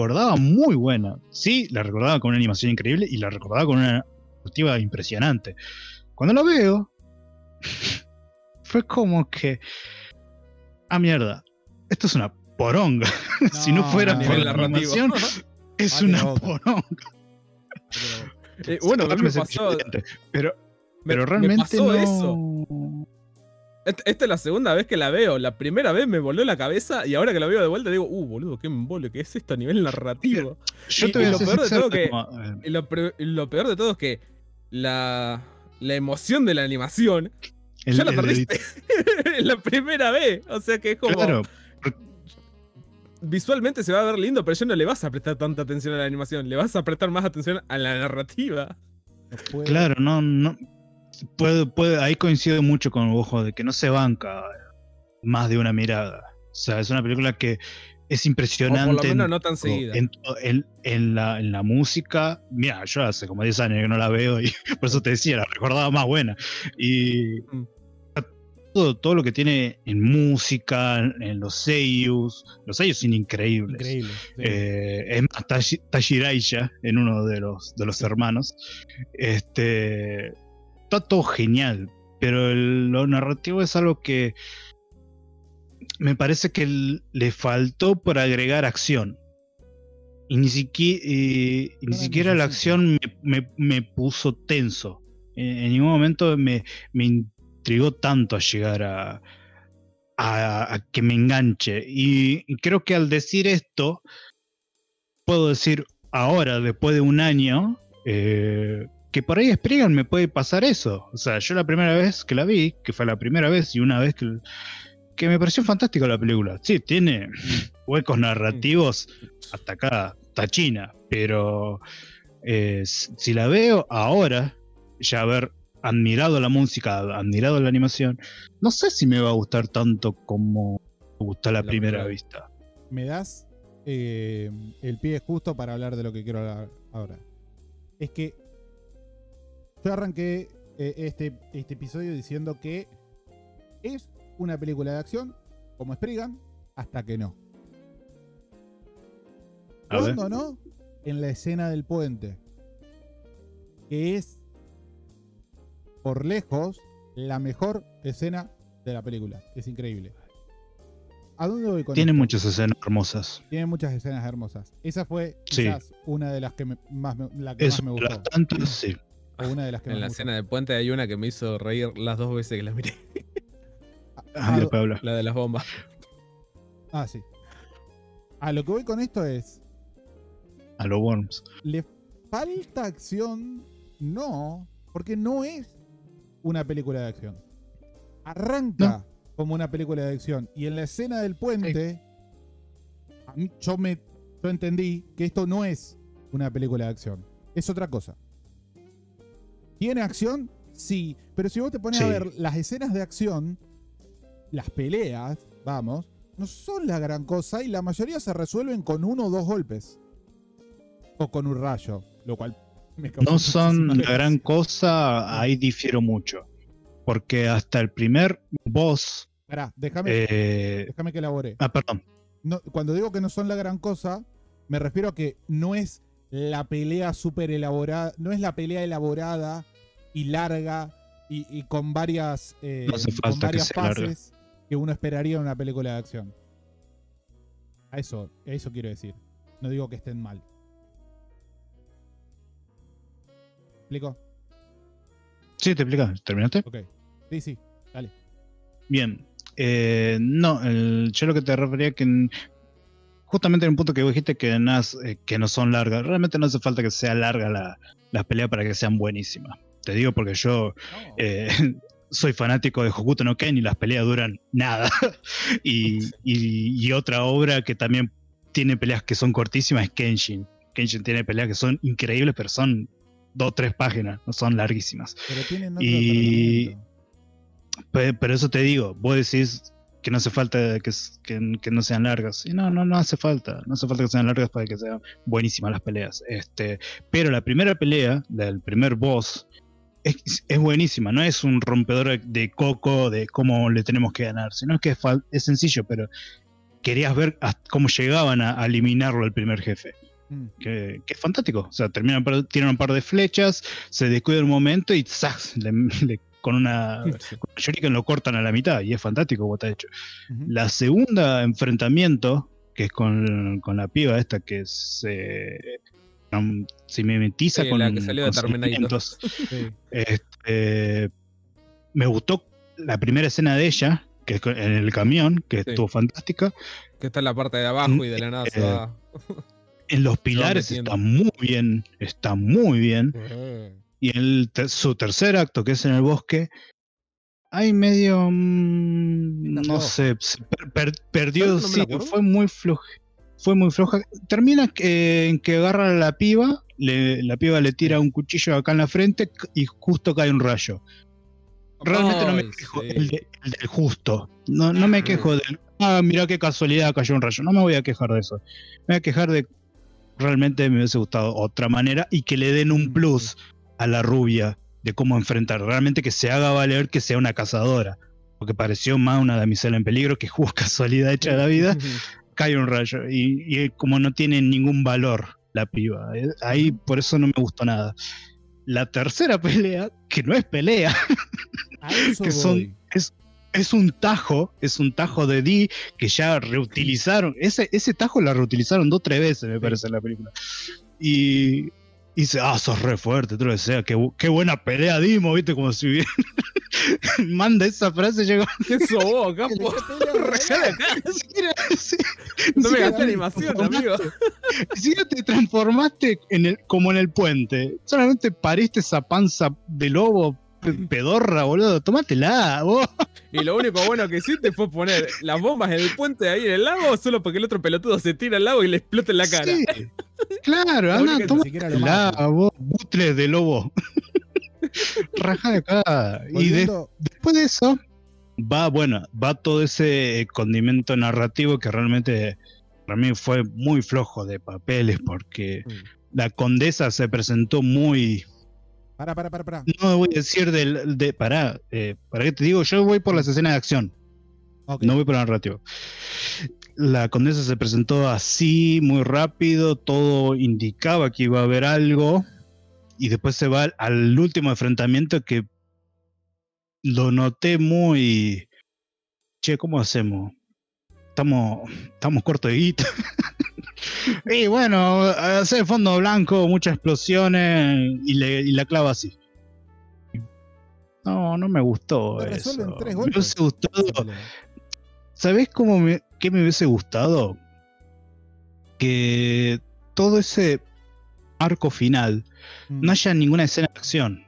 Sí, la recordaba con una animación increíble y la recordaba con una narrativa impresionante. Cuando la veo, fue como que. Ah, mierda. Esto es una poronga. Si no fuera por nivel la narrativo. animación, es Bate una la boca. poronga. Bueno, a mí me Es pasó. evidente, Pero Me realmente pasó no. eso. Esta es la segunda vez que la veo. La primera vez me voló la cabeza y ahora que la veo de vuelta digo, boludo, qué embole, ¿qué es esto a nivel narrativo? Yo Y te voy a lo ser peor de sincero, todo que- como, Y lo peor de todo es que la emoción de la animación ya la perdiste en la primera vez. O sea que es como. Claro, Visualmente se va a ver lindo, pero ya no le vas a prestar tanta atención a la animación. Le vas a prestar más atención a la narrativa. No puedo. claro, no. Ahí coincido mucho con vos, de que no se banca más de una mirada. O sea, es una película que es O impresionante. por lo menos en no tan todo, seguida. en la música. Mira, yo hace como 10 años que no la veo y por eso te decía, la recordaba más buena. Y Mm. todo lo que tiene en música, en los seiyus son increíbles. Increíble. sí. Es más, Tashiraiya, en uno de los hermanos. Está todo genial, pero lo narrativo es algo que me parece que le faltó por agregar acción. Y ni siquiera la acción me puso tenso. En ningún momento me intrigó tanto a llegar a que me enganche. Y creo que al decir esto, puedo decir ahora, después de un año, que por ahí a Spriggan me puede pasar eso. O sea, yo la primera vez que la vi, que fue la primera vez y una vez que me pareció fantástica la película. Sí, tiene huecos narrativos hasta acá, hasta China, pero si la veo ahora, ya haber admirado la música, admirado la animación, no sé si me va a gustar tanto como me gustó a la primera vista. Me das el pie justo para hablar de lo que quiero hablar ahora. Es que yo arranqué este episodio diciendo que es una película de acción, como Spriggan, hasta que no. A ver. ¿Cuándo no? En la escena del puente. Que es, por lejos, la mejor escena de la película. Es increíble. ¿A dónde voy con Tiene esto? muchas escenas hermosas. Tiene muchas escenas hermosas. Esa fue Sí. quizás una de las que más me gustó. Las tantas, sí. O una de las que En más la me gustó. escena de puente hay una que me hizo reír las 2 veces que la miré. Después habla. La de las bombas. Sí. A lo que voy con esto es, A los Worms. ¿le falta acción? No, porque no es una película de acción. Arranca como una película de acción. Y en la escena del puente, a mí, yo entendí que esto no es una película de acción. Es otra cosa. ¿Tiene acción? Sí. Pero si vos te pones a ver las escenas de acción, las peleas, vamos, no son la gran cosa y la mayoría se resuelven con 1 o 2 golpes. O con un rayo, lo cual me causó No son muchísima la gran gracia. cosa, ahí difiero mucho. Porque hasta el primer boss. Pará, déjame que elabore. Perdón. No, cuando digo que no son la gran cosa, me refiero a que no es la pelea súper elaborada, no es la pelea elaborada y larga y con varias, No hace con falta que varias sea larga. fases que uno esperaría en una película de acción. A eso quiero decir. No digo que estén mal. ¿Explico? Sí, te explicas. ¿Terminaste? Ok. Sí, dale. Bien. No, yo lo que te refería que justamente en un punto que vos dijiste que no son largas. Realmente no hace falta que sea larga las peleas para que sean buenísimas. Te digo porque yo No. soy fanático de Hokuto no Ken y las peleas duran nada. y otra obra que también tiene peleas que son cortísimas es Kenshin. Kenshin tiene peleas que son increíbles, pero son 2 o 3 páginas, no son larguísimas. Pero tienen otro Y- tratamiento. Pero eso te digo, vos decís que no hace falta que no sean largas. Y no hace falta. No hace falta que sean largas para que sean buenísimas las peleas. Pero la primera pelea, el primer boss, es buenísima. No es un rompedor de coco de cómo le tenemos que ganar, sino que es sencillo, pero querías ver cómo llegaban a eliminarlo el primer jefe. Mm. Que es fantástico. O sea, tiran un par de flechas, se descuida un momento y ¡zas! Con una shuriken lo cortan a la mitad y es fantástico como está hecho. Ujú. La segunda enfrentamiento, que es con la piba esta que se mimetiza Sí, con la que salió de con Terminator. sentimientos. Sí. Me gustó la primera escena de ella, que es en el camión, que Sí. estuvo fantástica. Que está en la parte de abajo y de la nada se va. En los pilares metiendo. está muy bien. Eh. Y en su tercer acto, que es en el bosque, hay medio. Está No flojo. sé, perdió. ¿Sabes que no me Sí, la acuerdo? fue muy floja. Fue muy floja. Termina en que agarra a la piba, la piba le tira un cuchillo acá en la frente y justo cae un rayo. Realmente no me Ay, quejo sí. el del justo. No me quejo del. Mirá qué casualidad cayó un rayo. No me voy a quejar de eso. Me voy a quejar de. Realmente me hubiese gustado otra manera y que le den un plus a la rubia de cómo enfrentar. Realmente que se haga valer que sea una cazadora. Porque pareció más una damisela en peligro que jugó casualidad hecha de la vida. Cae un rayo. Y como no tiene ningún valor la piba. Ahí por eso no me gustó nada. La tercera pelea, que no es pelea, A eso que voy. es un tajo de Dee que ya reutilizaron. Ese tajo la reutilizaron 2 o 3 veces, me parece, en la película. Y dice, sos re fuerte, todo lo que sea, qué buena pelea dimos, viste, como si bien manda esa frase, llegó. ¿Qué sos, capo? Rajá de acá. No me gasté animación, amigo. Ni siquiera te transformaste como en el puente. Solamente pariste esa panza de lobo pedorra, boludo. Tómatela, vos. Y lo único bueno que hiciste fue poner las bombas en el puente ahí en el lago solo porque el otro pelotudo se tira al lago y le explota en la cara. Sí, claro, La anda, única que ni siquiera lo tómatela, mata. vos. Butle de lobo. Raja de acá. Y Volviendo, después de eso, va todo ese condimento narrativo que realmente para mí fue muy flojo de papeles porque la condesa se presentó muy. Pará. No voy a decir ¿para qué te digo? Yo voy por las escenas de acción, Ok. no voy por el narrativo. La condesa se presentó así, muy rápido, todo indicaba que iba a haber algo, y después se va al último enfrentamiento que lo noté muy. Che, ¿cómo hacemos? Estamos cortos de guita. Y bueno, hacer fondo blanco, muchas explosiones y la clava así. No me gustó Se eso. resuelven 3 Me golpes. hubiese gustado. esa pelea. ¿Sabés qué me hubiese gustado? Que todo ese arco final Mm. no haya ninguna escena de acción.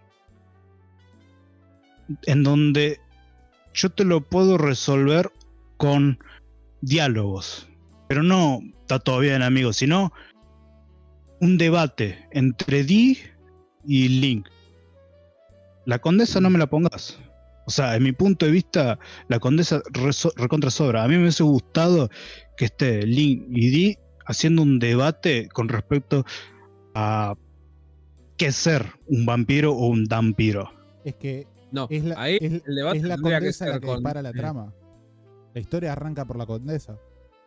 En donde yo te lo puedo resolver con diálogos. Pero no está todo bien, amigos, sino un debate entre Dee y Link. La condesa no me la pongas. O sea, en mi punto de vista, la condesa recontra sobra. A mí me hubiese gustado que esté Link y Dee haciendo un debate con respecto a qué ser, un vampiro o un dampiro. Es que No, es la, ahí es, el debate es la tendría que condesa la ser que con. dispara la trama. La historia arranca por la condesa.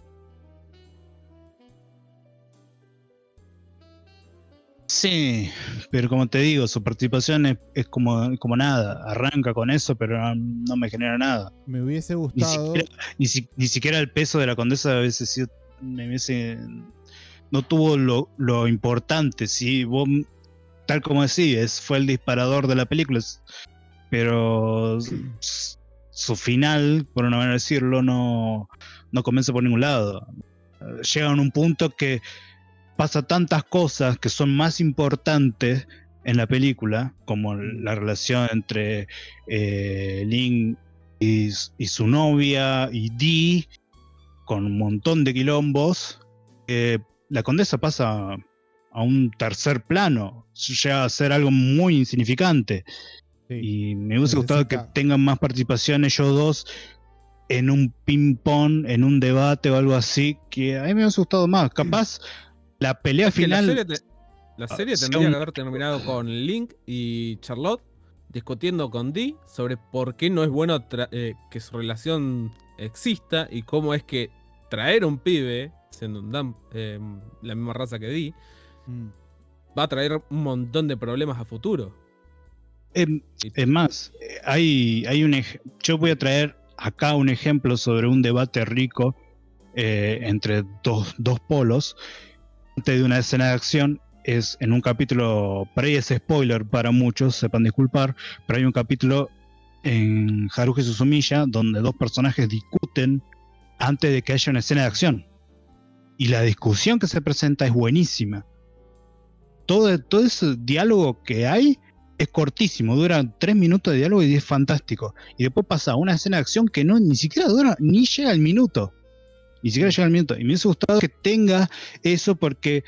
Sí, pero como te digo, su participación es como nada. Arranca con eso, pero no me genera nada. Me hubiese Ni gustado. siquiera, ni siquiera el peso de la condesa a veces sido, no tuvo lo importante. Sí, vos, tal como decís, fue el disparador de la película, pero su final, por una manera de decirlo, no convence por ningún lado. llegan a un punto que pasa tantas cosas que son más importantes en la película, como la relación entre Link y su novia y Dee, con un montón de quilombos. La condesa pasa a un tercer plano, llega a ser algo muy insignificante. Sí. Y me hubiese gustado que Necesita- tengan más participación ellos dos en un ping-pong, en un debate o algo así, que a mí me hubiese gustado más. Capaz la pelea Es que final. la serie sea tendría un- que haber terminado con Link y Charlotte discutiendo con Dee sobre por qué no es bueno que su relación exista y cómo es que traer un pibe, siendo un la misma raza que Dee, Mm. va a traer un montón de problemas a futuro. Es más, yo voy a traer acá un ejemplo sobre un debate rico entre dos polos. Antes de una escena de acción, es en un capítulo, por ahí es spoiler para muchos, sepan disculpar, pero hay un capítulo en Haruhi Suzumiya donde dos personajes discuten antes de que haya una escena de acción. Y la discusión que se presenta es buenísima. Todo ese diálogo que hay es cortísimo, dura 3 minutos de diálogo y es fantástico. Y después pasa a una escena de acción que ni siquiera dura, ni llega al minuto. Ni siquiera llega al minuto. Y me hubiese gustado que tenga eso porque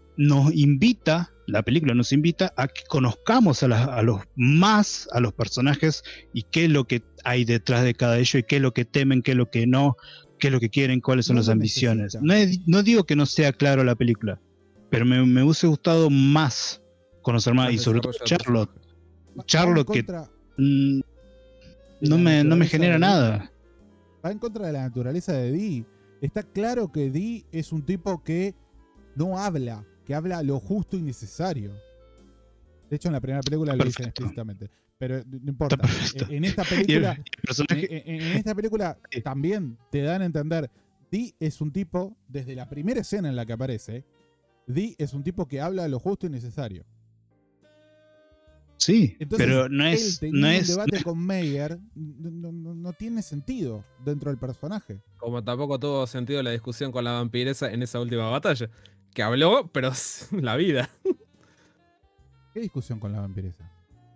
la película nos invita a que conozcamos a los personajes y qué es lo que hay detrás de cada ello y qué es lo que temen, qué es lo que no, qué es lo que quieren, cuáles son No las lo ambiciones. necesita. No digo que no sea claro la película, pero me hubiese gustado más conocer más, y sobre todo desarrollo del Charlotte que contra mm, de no la me naturaleza genera de Dee. nada. Va en contra de la naturaleza de Dee. Está claro que Dee es un tipo que no habla, que habla lo justo y necesario. De hecho, en la primera película lo dicen Perfecto. explícitamente. Pero no importa. Está perfecto. En esta Y el película, personaje, en esta película Sí. también te dan a entender, Dee es un tipo, desde la primera escena en la que aparece, Dee es un tipo que habla lo justo y necesario. sí, Entonces, pero no él es, teniendo no un es, debate con Meyer no tiene sentido dentro del personaje. Como tampoco tuvo sentido la discusión con la vampiresa en esa última batalla. Que habló, pero la vida. ¿Qué discusión con la vampiresa?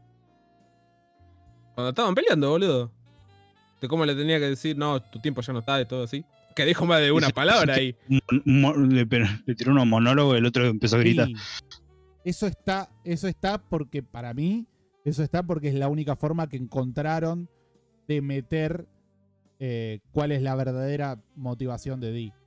Cuando estaban peleando, boludo. De cómo le tenía que decir, no, tu tiempo ya no está, y todo así. Que dijo más de una palabra ahí. le tiró unos monólogos y el otro empezó a gritar. Sí. Eso está porque para mí, eso está porque es la única forma que encontraron de meter cuál es la verdadera motivación de Dee.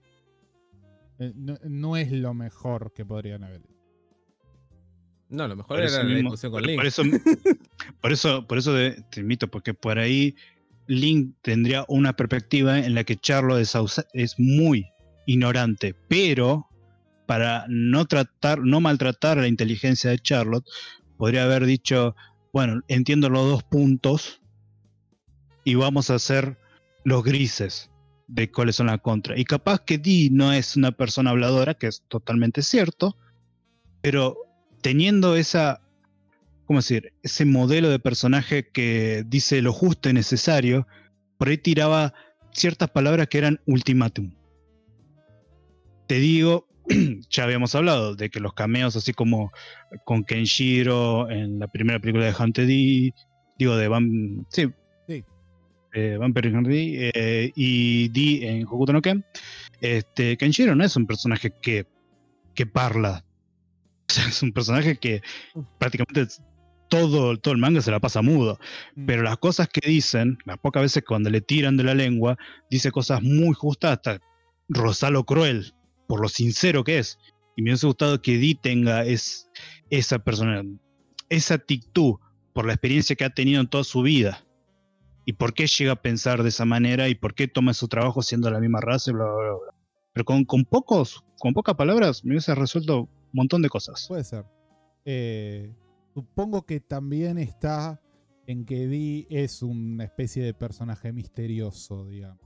No es lo mejor que podrían haber. No, lo mejor Por era eso la mismo- discusión con por- Link. por eso te invito, porque por ahí Link tendría una perspectiva en la que Charlotte es muy ignorante, pero para no maltratar la inteligencia de Charlotte, podría haber dicho, bueno, entiendo los dos puntos y vamos a hacer los grises de cuáles son las contras. Y capaz que Dee no es una persona habladora, que es totalmente cierto, pero teniendo ¿cómo decir? Ese modelo de personaje que dice lo justo y necesario, por ahí tiraba ciertas palabras que eran ultimátum. Te digo, ya habíamos hablado de que los cameos, así como con Kenshiro en la primera película de Hunter D, digo, de Sí. Vampire Hunter y D en Hokuto no Ken, Kenshiro no es un personaje que parla. O sea, es un personaje que prácticamente todo el manga se la pasa mudo. Pero las cosas que dicen, las pocas veces cuando le tiran de la lengua, dice cosas muy justas, hasta rozalo cruel, por lo sincero que es. Y me hubiese gustado que Dee tenga esa persona, esa actitud, por la experiencia que ha tenido en toda su vida. Y por qué llega a pensar de esa manera y por qué toma su trabajo siendo la misma raza y bla, bla, bla, bla. Pero con pocas palabras me hubiese resuelto un montón de cosas. Puede ser. Supongo que también está en que Dee es una especie de personaje misterioso, digamos.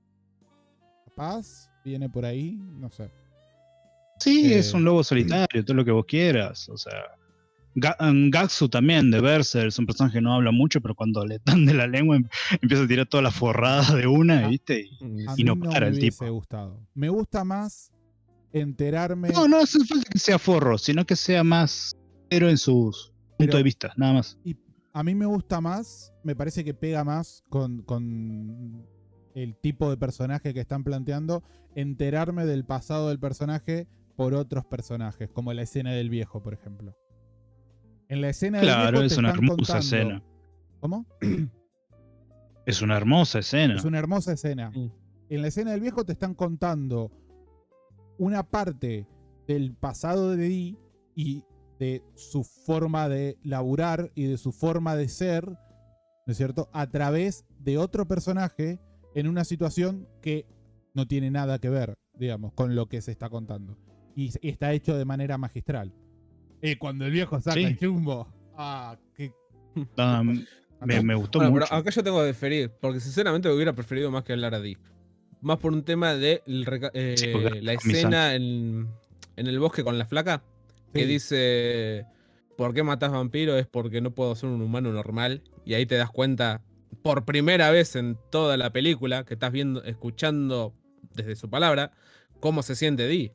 Capaz viene por ahí, no sé. Sí, es un lobo solitario, todo lo que vos quieras. O sea, Gatsu también, de Berserk, es un personaje que no habla mucho, pero cuando le dan de la lengua empieza a tirar toda la forrada de una, Ah, ¿viste? A Y mí no no para me el hubiese tipo. gustado. Me gusta más enterarme. No hace falta que sea forro, sino que sea más pero en su punto Pero- de vista, nada más. Y a mí me gusta más, me parece que pega más con el tipo de personaje que están planteando, enterarme del pasado del personaje por otros personajes, como la escena del viejo, por ejemplo. En la escena del Claro, viejo es te una están hermosa contando. escena. ¿Cómo? Es una hermosa escena. Es una hermosa escena. Mm. En la escena del viejo te están contando una parte del pasado de Dee y de su forma de laburar y de su forma de ser, ¿no es cierto?, a través de otro personaje en una situación que no tiene nada que ver, digamos, con lo que se está contando. Y está hecho de manera magistral. Cuando el viejo saca Sí. el chumbo. Ah, qué. Ah, me gustó Bueno, mucho. pero acá yo tengo que diferir, porque sinceramente hubiera preferido más que hablar a Dee. Más por un tema de Sí, porque la con mis escena en el bosque con la flaca, que Sí. dice, ¿por qué matas vampiros? Es porque no puedo ser un humano normal. Y ahí te das cuenta, por primera vez en toda la película, que estás viendo, escuchando desde su palabra, cómo se siente Dee.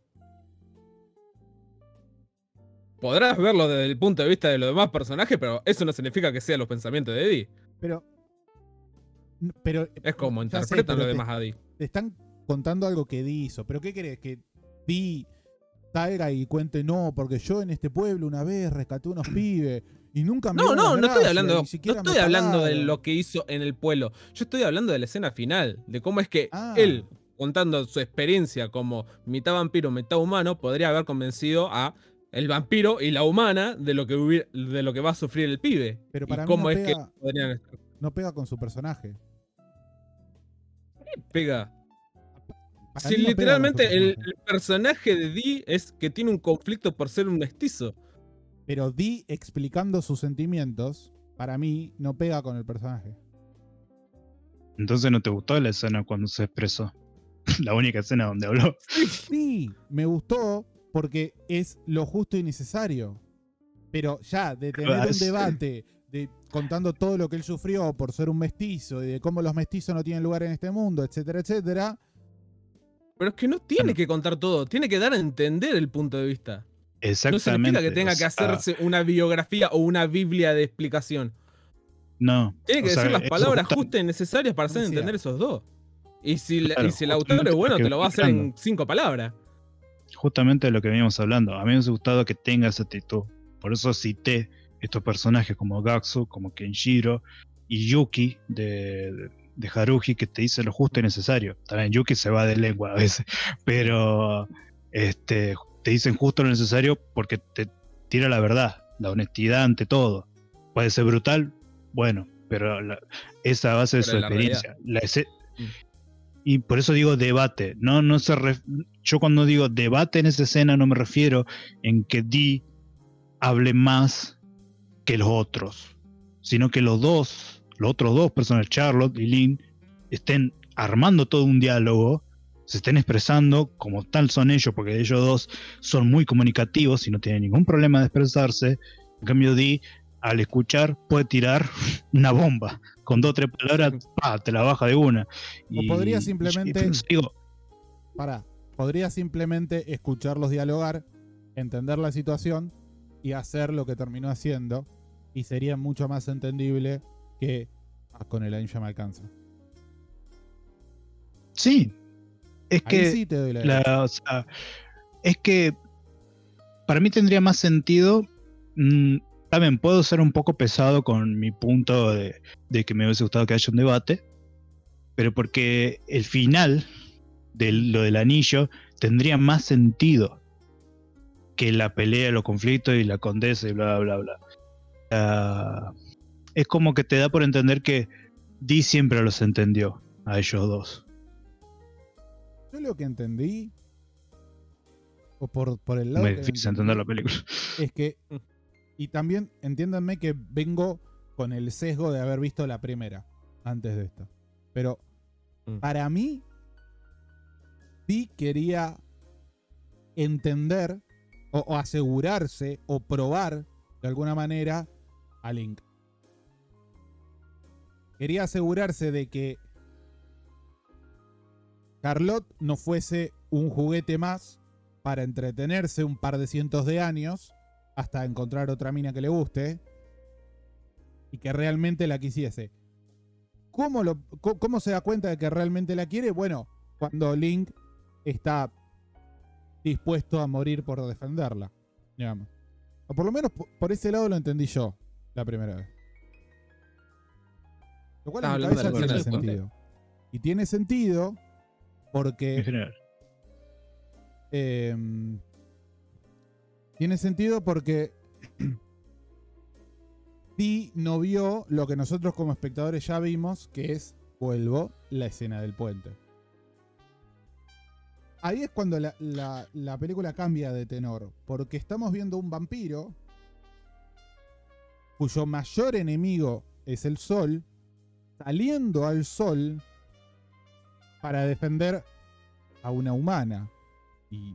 Podrás verlo desde el punto de vista de los demás personajes, pero eso no significa que sean los pensamientos de Dee. Pero. Es como ya sé, interpretan pero los demás a Dee. te están contando algo que Dee hizo. ¿Pero qué querés? Que Dee salga y cuente, no, porque yo en este pueblo una vez rescaté unos pibes y nunca me No, dieron no, las no estoy gracias, hablando, ni no siquiera me estoy hablando de pagaron". lo que hizo en el pueblo. Yo estoy hablando de la escena final, de cómo es que Ah. él, contando su experiencia como mitad vampiro, mitad humano, podría haber convencido a el vampiro y la humana de lo que va a sufrir el pibe. Pero Y para mí cómo no es que pega, podrían estar. no pega con su personaje. Pega. Para Si mí no pega con su literalmente el personaje. personaje de Dee es que tiene un conflicto por ser un mestizo. Pero Dee explicando sus sentimientos, para mí no pega con el personaje. Entonces no te gustó la escena cuando se expresó. La única escena donde habló. Sí, me gustó porque es lo justo y necesario. Pero ya, de tener un Sí. debate, de contando todo lo que él sufrió por ser un mestizo y de cómo los mestizos no tienen lugar en este mundo, etcétera, etcétera. Pero es que no tiene Bueno. que contar todo, tiene que dar a entender el punto de vista. No Exactamente. significa que tenga o que sea, hacerse una biografía o una biblia de explicación. No. Tiene que o sea, decir las eso palabras justa- justas y necesarias para hacer Decía. entender esos dos. Y si, Claro, y si el autor es justamente bueno, lo que te lo va a hacer en hablando. 5 palabras. Justamente de lo que veníamos hablando. A mí me hubiese gustado que tenga esa actitud. Por eso cité estos personajes como Gatsu, como Kenshiro y Yuki de Haruhi, que te dice lo justo y necesario. También Yuki se va de lengua a veces, pero te dicen justo lo necesario porque te tira la verdad, la honestidad ante todo. Puede ser brutal, bueno, pero esa base de Pero su es la experiencia. Mm. Y por eso digo debate. Yo cuando digo debate en esa escena no me refiero en que Dee hable más que los otros, sino que los otros dos personas, Charlotte y Lynn, estén armando todo un diálogo, se estén expresando como tal son ellos, porque ellos dos son muy comunicativos y no tienen ningún problema de expresarse. En cambio, Dee, al escuchar, puede tirar una bomba. Con 2 o 3 palabras, ¡pah!, te la baja de una. O podría simplemente- por eso digo, Podría simplemente escucharlos dialogar, entender la situación y hacer lo que terminó haciendo. Y sería mucho más entendible que con el anillo me alcanza. sí, es Ahí que sí te doy la derecha. o sea, es que para mí tendría más sentido. También puedo ser un poco pesado con mi punto de que me hubiese gustado que haya un debate, pero porque el final de lo del anillo tendría más sentido que la pelea, los conflictos y la condesa y bla, bla, bla. Es como que te da por entender que Dee siempre los entendió a ellos dos. Yo lo que entendí, o por el lado Muy que difícil entendí, entender la película. es que, y también entiéndanme que vengo con el sesgo de haber visto la primera antes de esto, pero para mí Dee quería entender o asegurarse o probar de alguna manera a Link. Quería asegurarse de que Charlotte no fuese un juguete más para entretenerse un par de cientos de años hasta encontrar otra mina que le guste y que realmente la quisiese. ¿Cómo se da cuenta de que realmente la quiere? Bueno, cuando Link está dispuesto a morir por defenderla, digamos. O por lo menos por ese lado lo entendí yo la primera vez. Lo cual en mi cabeza tiene sentido. Y tiene sentido En porque... general. Tiene sentido porque Dee no vio lo que nosotros como espectadores ya vimos, que es, vuelvo, la escena del puente. Ahí es cuando la película cambia de tenor, porque estamos viendo un vampiro cuyo mayor enemigo es el sol, saliendo al sol para defender a una humana. Y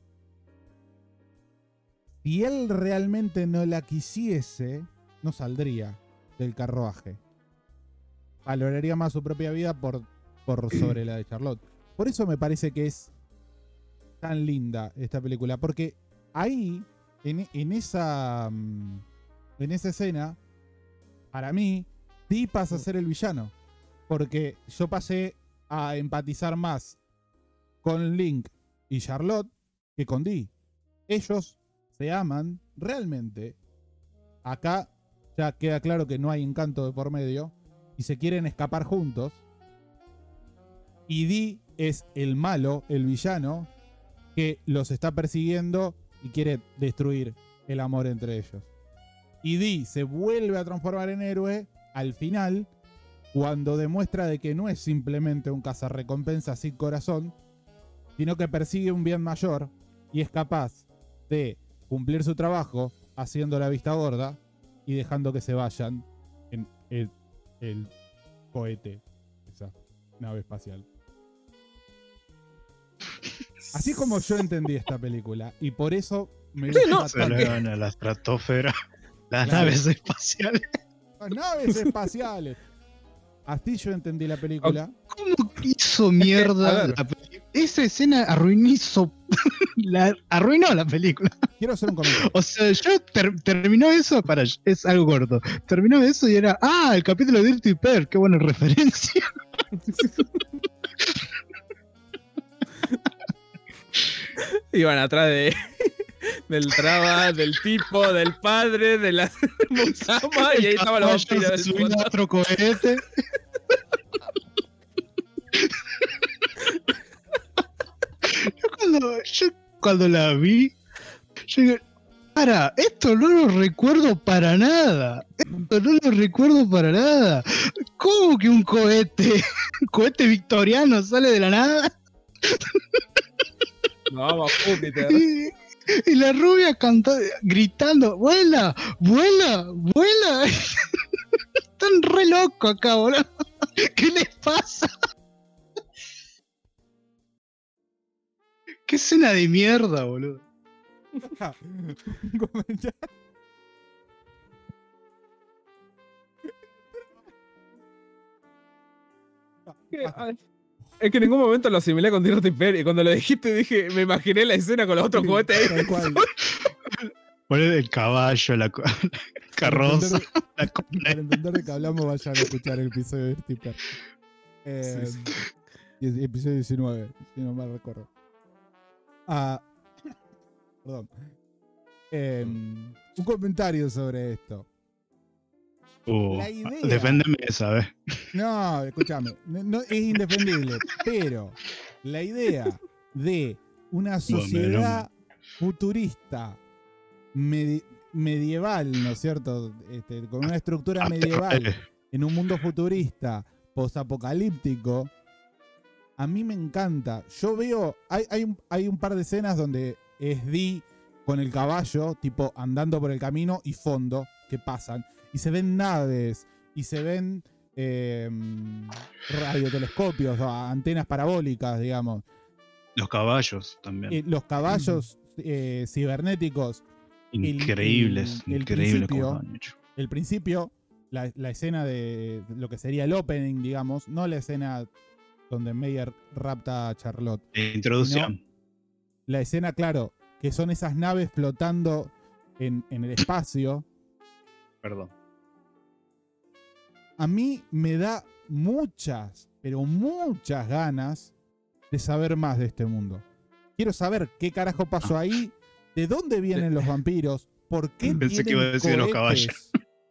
si él realmente no la quisiese, no saldría del carruaje. Valoraría más su propia vida por sobre la de Charlotte. Por eso me parece que es tan linda esta película, porque ahí, en esa escena, para mí, Dee pasa a ser el villano, porque yo pasé a empatizar más con Link y Charlotte que con Dee. Ellos se aman realmente. Acá ya queda claro que no hay encanto de por medio y se quieren escapar juntos. Y Dee es el malo, el villano, que los está persiguiendo y quiere destruir el amor entre ellos. Y Dee se vuelve a transformar en héroe al final, cuando demuestra de que no es simplemente un cazarrecompensa sin corazón, sino que persigue un bien mayor y es capaz de cumplir su trabajo haciendo la vista gorda y dejando que se vayan en el cohete, esa nave espacial. Así es como yo entendí esta película, y por eso me gusta no, Se tanto. elevan a la estratosfera. Las Claro. naves espaciales. Las naves espaciales. Así yo entendí la película. ¿Cómo hizo A mierda ver. la película? Esa escena arruinó la película. Quiero hacer un comentario. O sea, yo terminó eso, es algo corto. Terminó eso y era, el capítulo de Dirty Pair, qué buena referencia. Iban atrás del traba, del tipo, del padre, de la mucama, y ahí estaban los vampiros del Subí fondo. otro cohete. Yo cuando la vi, yo digo, esto no lo recuerdo para nada. Esto no lo recuerdo para nada. ¿Cómo que un cohete victoriano sale de la nada? No, vamos a Júpiter. Y la rubia gritando, vuela, vuela, vuela. Están re locos acá, boludo. ¿Qué les pasa? Qué escena de mierda, boludo. Un comentario. Es que en ningún momento lo asimilé con Dirty Pair, y cuando lo dijiste dije, me imaginé la escena con los otros cohetes ahí. Tal cual. Boludo, el caballo, la carroza, la Para entender de qué hablamos, vayan a escuchar el episodio de Tipper. Sí. Episodio 19, si no mal recuerdo. Perdón. Un comentario sobre esto. La idea- Deféndeme esa vez. No, escúchame, no, es indefendible, pero la idea de una sociedad futurista medieval, ¿no es cierto? Con una estructura medieval en un mundo futurista, posapocalíptico, a mí me encanta. Yo veo, hay un par de escenas donde es Dee con el caballo, tipo andando por el camino y fondo, que pasan. Y se ven naves, y se ven radiotelescopios, o antenas parabólicas, digamos. Los caballos también. Los caballos cibernéticos. Increíbles, el increíbles principio- como lo han hecho. El principio, la escena de lo que sería el opening, digamos, no la escena donde Meyer rapta a Charlotte. La introducción. la escena, claro, que son esas naves flotando en el espacio, Perdón. a mí me da muchas, pero muchas ganas de saber más de este mundo. Quiero saber qué carajo pasó ahí, de dónde vienen los vampiros, por qué Pensé que iba a tienen decir de los cohetes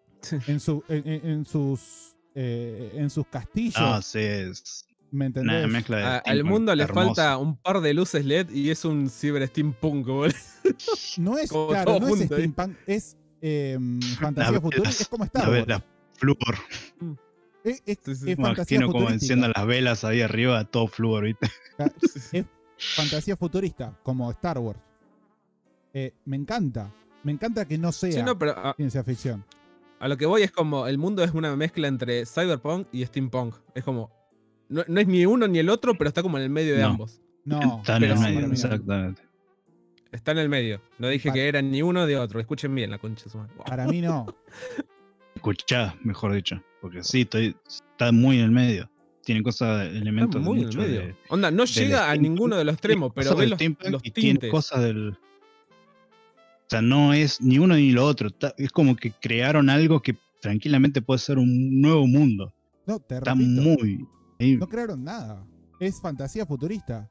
en sus castillos. Ah, sí, es ¿Me una entendés? mezcla de. Al steampunk mundo le hermosa. falta un par de luces LED y es un ciber steampunk, boludo. No es, como claro, todo no es junto ahí. steampunk, es fantasía futurista, es como Star Wars. La flúor. Es Sí, sí. fantasía Imagino como futurística. enciendan las velas ahí arriba, todo flúor, ¿viste? Es fantasía futurista, como Star Wars. Me encanta. Me encanta que no sea Sí, no, pero ciencia ficción. a lo que voy es como el mundo es una mezcla entre cyberpunk y steampunk. Es como. No es ni uno ni el otro, pero está como en el medio de No. ambos. No, Está en el pero medio, para mí no. exactamente. Está en el medio. No dije que era ni uno ni otro. Escuchen bien la concha de su madre. Wow. Para mí no. Escuchá, mejor dicho. Porque sí, está muy en el medio. Tiene cosas, Está elementos muy en el mucho medio. de. Onda, no llega a steampunk. ninguno de los extremos, pero Cosas ve del los steampunk y tiene tintes. cosas del. O sea, no es ni uno ni lo otro. Es como que crearon algo que tranquilamente puede ser un nuevo mundo. No, te Está repito. muy. No crearon nada. Es fantasía futurista.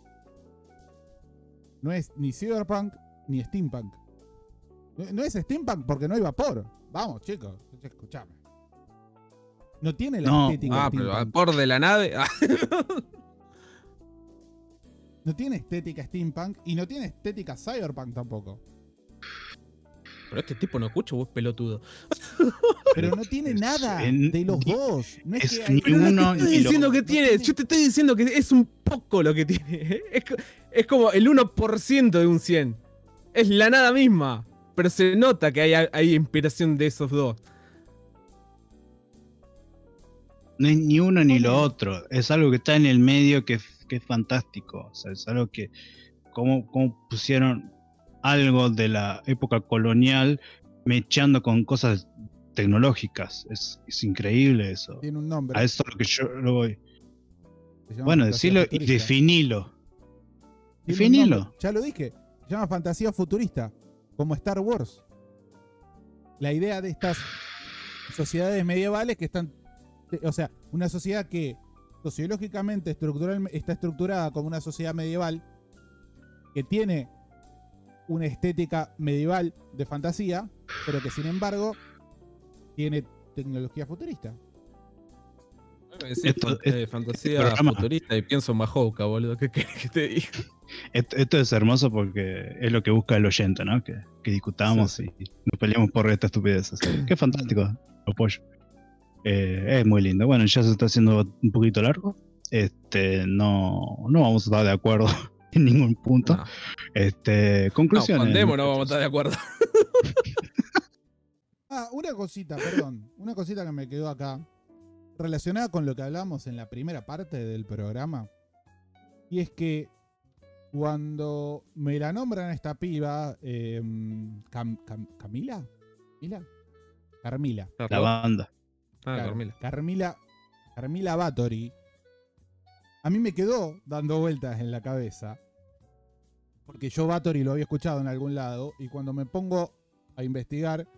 No es ni cyberpunk ni steampunk. No es steampunk porque no hay vapor. Vamos, chicos. Escuchame. No tiene la No, estética Pero steampunk. por de la nave. No tiene estética steampunk y no tiene estética cyberpunk tampoco. Pero este tipo no escucha, vos pelotudo. Pero no tiene nada en- de los dos. No es, es que hay- ni Pero no uno te estoy ni lo diciendo que no tiene. tiene- Yo te estoy diciendo que es un poco lo que tiene. Es como el 1% de un 100. Es la nada misma. Pero se nota que hay inspiración de esos dos. No es ni uno ni lo Ponele. otro. Es algo que está en el medio que es fantástico. O sea, es algo que. Cómo pusieron algo de la época colonial mechando con cosas tecnológicas. Es increíble eso. Tiene un nombre. A eso es lo que yo lo voy. Se llama Bueno, fantasía decilo y futurista. definilo. Tiene un Definilo. nombre. Ya lo dije. Se llama fantasía futurista. Como Star Wars. La idea de estas sociedades medievales que están. O sea, una sociedad que sociológicamente está estructurada como una sociedad medieval. Que tiene una estética medieval de fantasía. Pero que sin embargo tiene tecnología futurista. Fantasía programa- futurista y pienso en Mahouka, boludo. ¿Qué querés que te diga? Esto es hermoso porque es lo que busca el oyente, ¿no? Que discutamos Sí, y nos peleamos por esta estupidez. O sea, qué fantástico, lo apoyo. Es muy lindo. Bueno, ya se está haciendo un poquito largo. No vamos a estar de acuerdo en ningún punto. No, Conclusiones. con Demo no vamos a estar de acuerdo. Una cosita, perdón. Una cosita que me quedó acá. Relacionada con lo que hablamos en la primera parte del programa. Y es que cuando me la nombran a esta piba, ¿Camila? Carmila. La banda. Claro, Carmila. Carmila Bathory. A mí me quedó dando vueltas en la cabeza. Porque yo Bathory lo había escuchado en algún lado. Y cuando me pongo a investigar,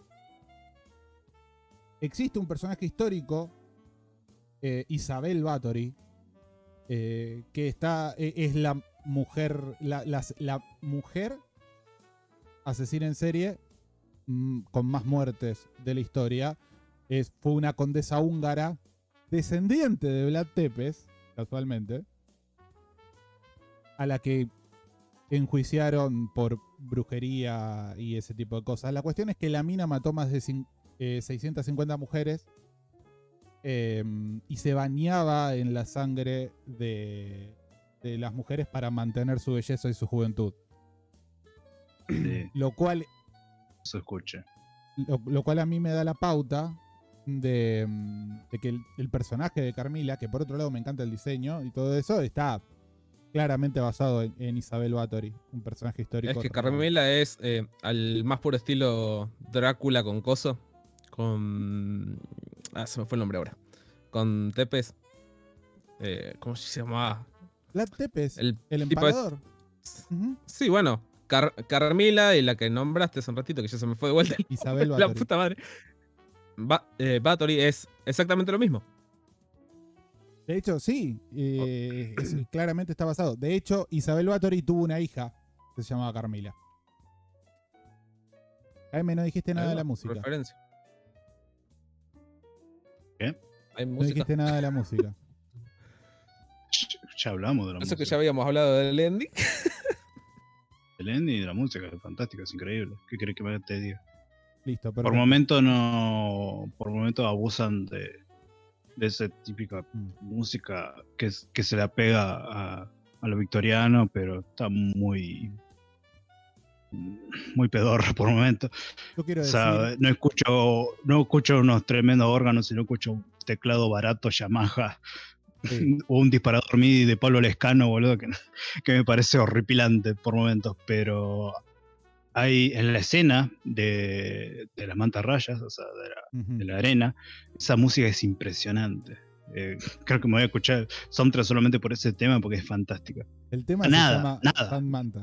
existe un personaje histórico, Isabel Bathory, que es la mujer, la mujer asesina en serie con más muertes de la historia. Fue una condesa húngara, descendiente de Vlad Tepes, casualmente, a la que enjuiciaron por brujería y ese tipo de cosas. La cuestión es que la mina mató más de 650 mujeres y se bañaba en la sangre de las mujeres para mantener su belleza y su juventud. Sí, Lo cual se escucha. Lo cual a mí me da la pauta de que el personaje de Carmila, que por otro lado me encanta el diseño y todo eso, está claramente basado en Isabel Bathory, un personaje histórico. Es que Carmila es al más puro estilo Drácula con coso. Con. Se me fue el nombre ahora. Con Tepes. ¿Cómo se llamaba? Vlad Tepes, El el tipo empalador. Ujú. Sí, bueno. Carmila y la que nombraste hace un ratito, que ya se me fue de vuelta. Isabel La Bathory. puta madre. Bathory es exactamente lo mismo. De hecho, sí, claramente está basado. De hecho, Isabel Bathory tuvo una hija que se llamaba Carmila. Jaime, no dijiste nada de la música. Referencia. ¿Qué? Hay No música. dijiste nada de la música. Ya hablamos de la Eso música. que ya habíamos hablado del ending. El ending y de la música es fantástico, es increíble. ¿Qué querés que te diga? Listo, Por perfecto. momento no. Por momento abusan de esa típica música que se le apega a lo victoriano, pero está muy pedorra por momento. Yo quiero O decir, sea, no escucho unos tremendos órganos, sino escucho un teclado barato Yamaha sí, o un disparador MIDI de Pablo Lescano, boludo, que me parece horripilante por momentos, pero hay en la escena de las mantarrayas, o sea, de la arena, esa música es impresionante. Creo que me voy a escuchar soundtrack solamente por ese tema porque es fantástica. el tema se llama Sand Manta.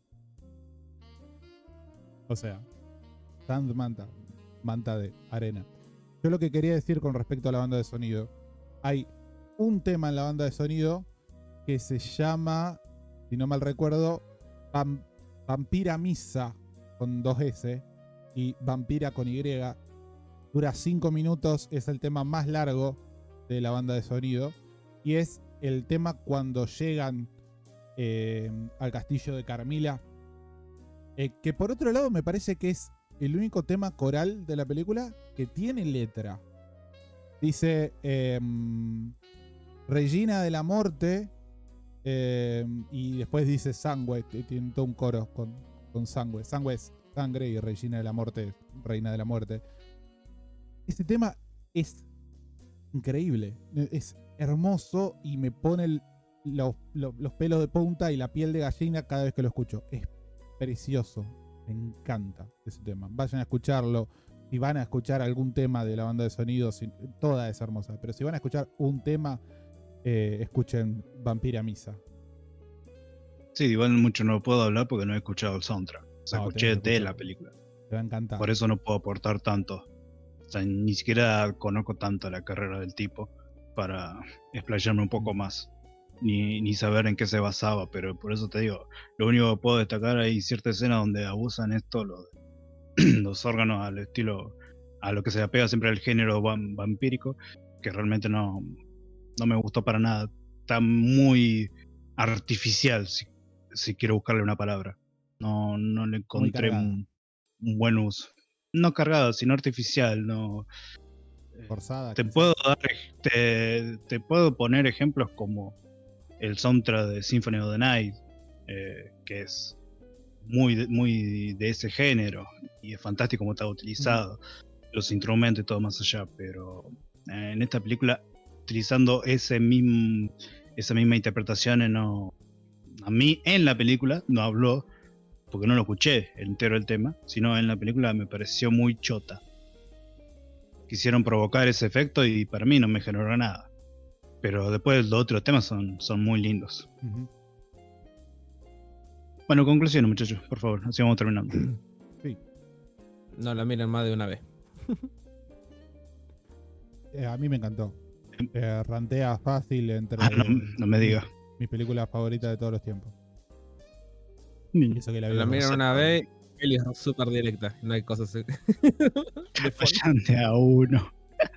O sea, Sand Manta, manta de arena. Yo lo que quería decir con respecto a la banda de sonido, hay un tema en la banda de sonido que se llama, si no mal recuerdo, Vampira Misa con 2 S y Vampira con Y. Dura 5 minutos, es el tema más largo de la banda de sonido y es el tema cuando llegan al castillo de Carmila, que por otro lado me parece que es el único tema coral de la película que tiene letra. Dice Regina de la Morte y después dice Sangue, que tiene todo un coro con Sangue. Sangue es sangre y Regina de la Morte es reina de la muerte. Este tema es increíble, es hermoso y me pone los pelos de punta y la piel de gallina cada vez que lo escucho. Es precioso, me encanta ese tema. Vayan a escucharlo. Si van a escuchar algún tema de la banda de sonido, toda es hermosa, pero si van a escuchar un tema, escuchen Vampira Misa. Sí, igual mucho no puedo hablar porque no he escuchado el soundtrack. O sea, No, escuché tenés que de escucharlo. la película. Te va a encantar. Por eso no puedo aportar tanto. O sea, ni siquiera conozco tanto la carrera del tipo para explayarme un poco más. Ni saber en qué se basaba, pero por eso te digo, lo único que puedo destacar, hay cierta escena donde abusan esto, los órganos al estilo, a lo que se apega siempre al género vampírico, que realmente no me gustó para nada. Está muy artificial, si quiero buscarle una palabra. No le encontré un buen uso. No cargada, sino artificial. No. Forzada. Te quizás. puedo dar, te puedo poner ejemplos como el soundtrack de Symphony of the Night, que es muy de ese género y es fantástico como está utilizado, los instrumentos y todo más allá, pero en esta película utilizando esa misma interpretación, no, a mí en la película no habló porque no lo escuché entero el tema, sino en la película me pareció muy chota. Quisieron provocar ese efecto y para mí no me generó nada. Pero después los otros temas son muy lindos. Uh-huh. Bueno, conclusiones, muchachos, por favor, así vamos terminando. Sí. No la miren más de una vez. A mí me encantó. Rantea fácil entre no me digas. mis películas favoritas de todos los tiempos. Ni- Eso que la vi La dos miran veces. una vez, Eli es súper directa. No hay cosas de Vayan de a uno.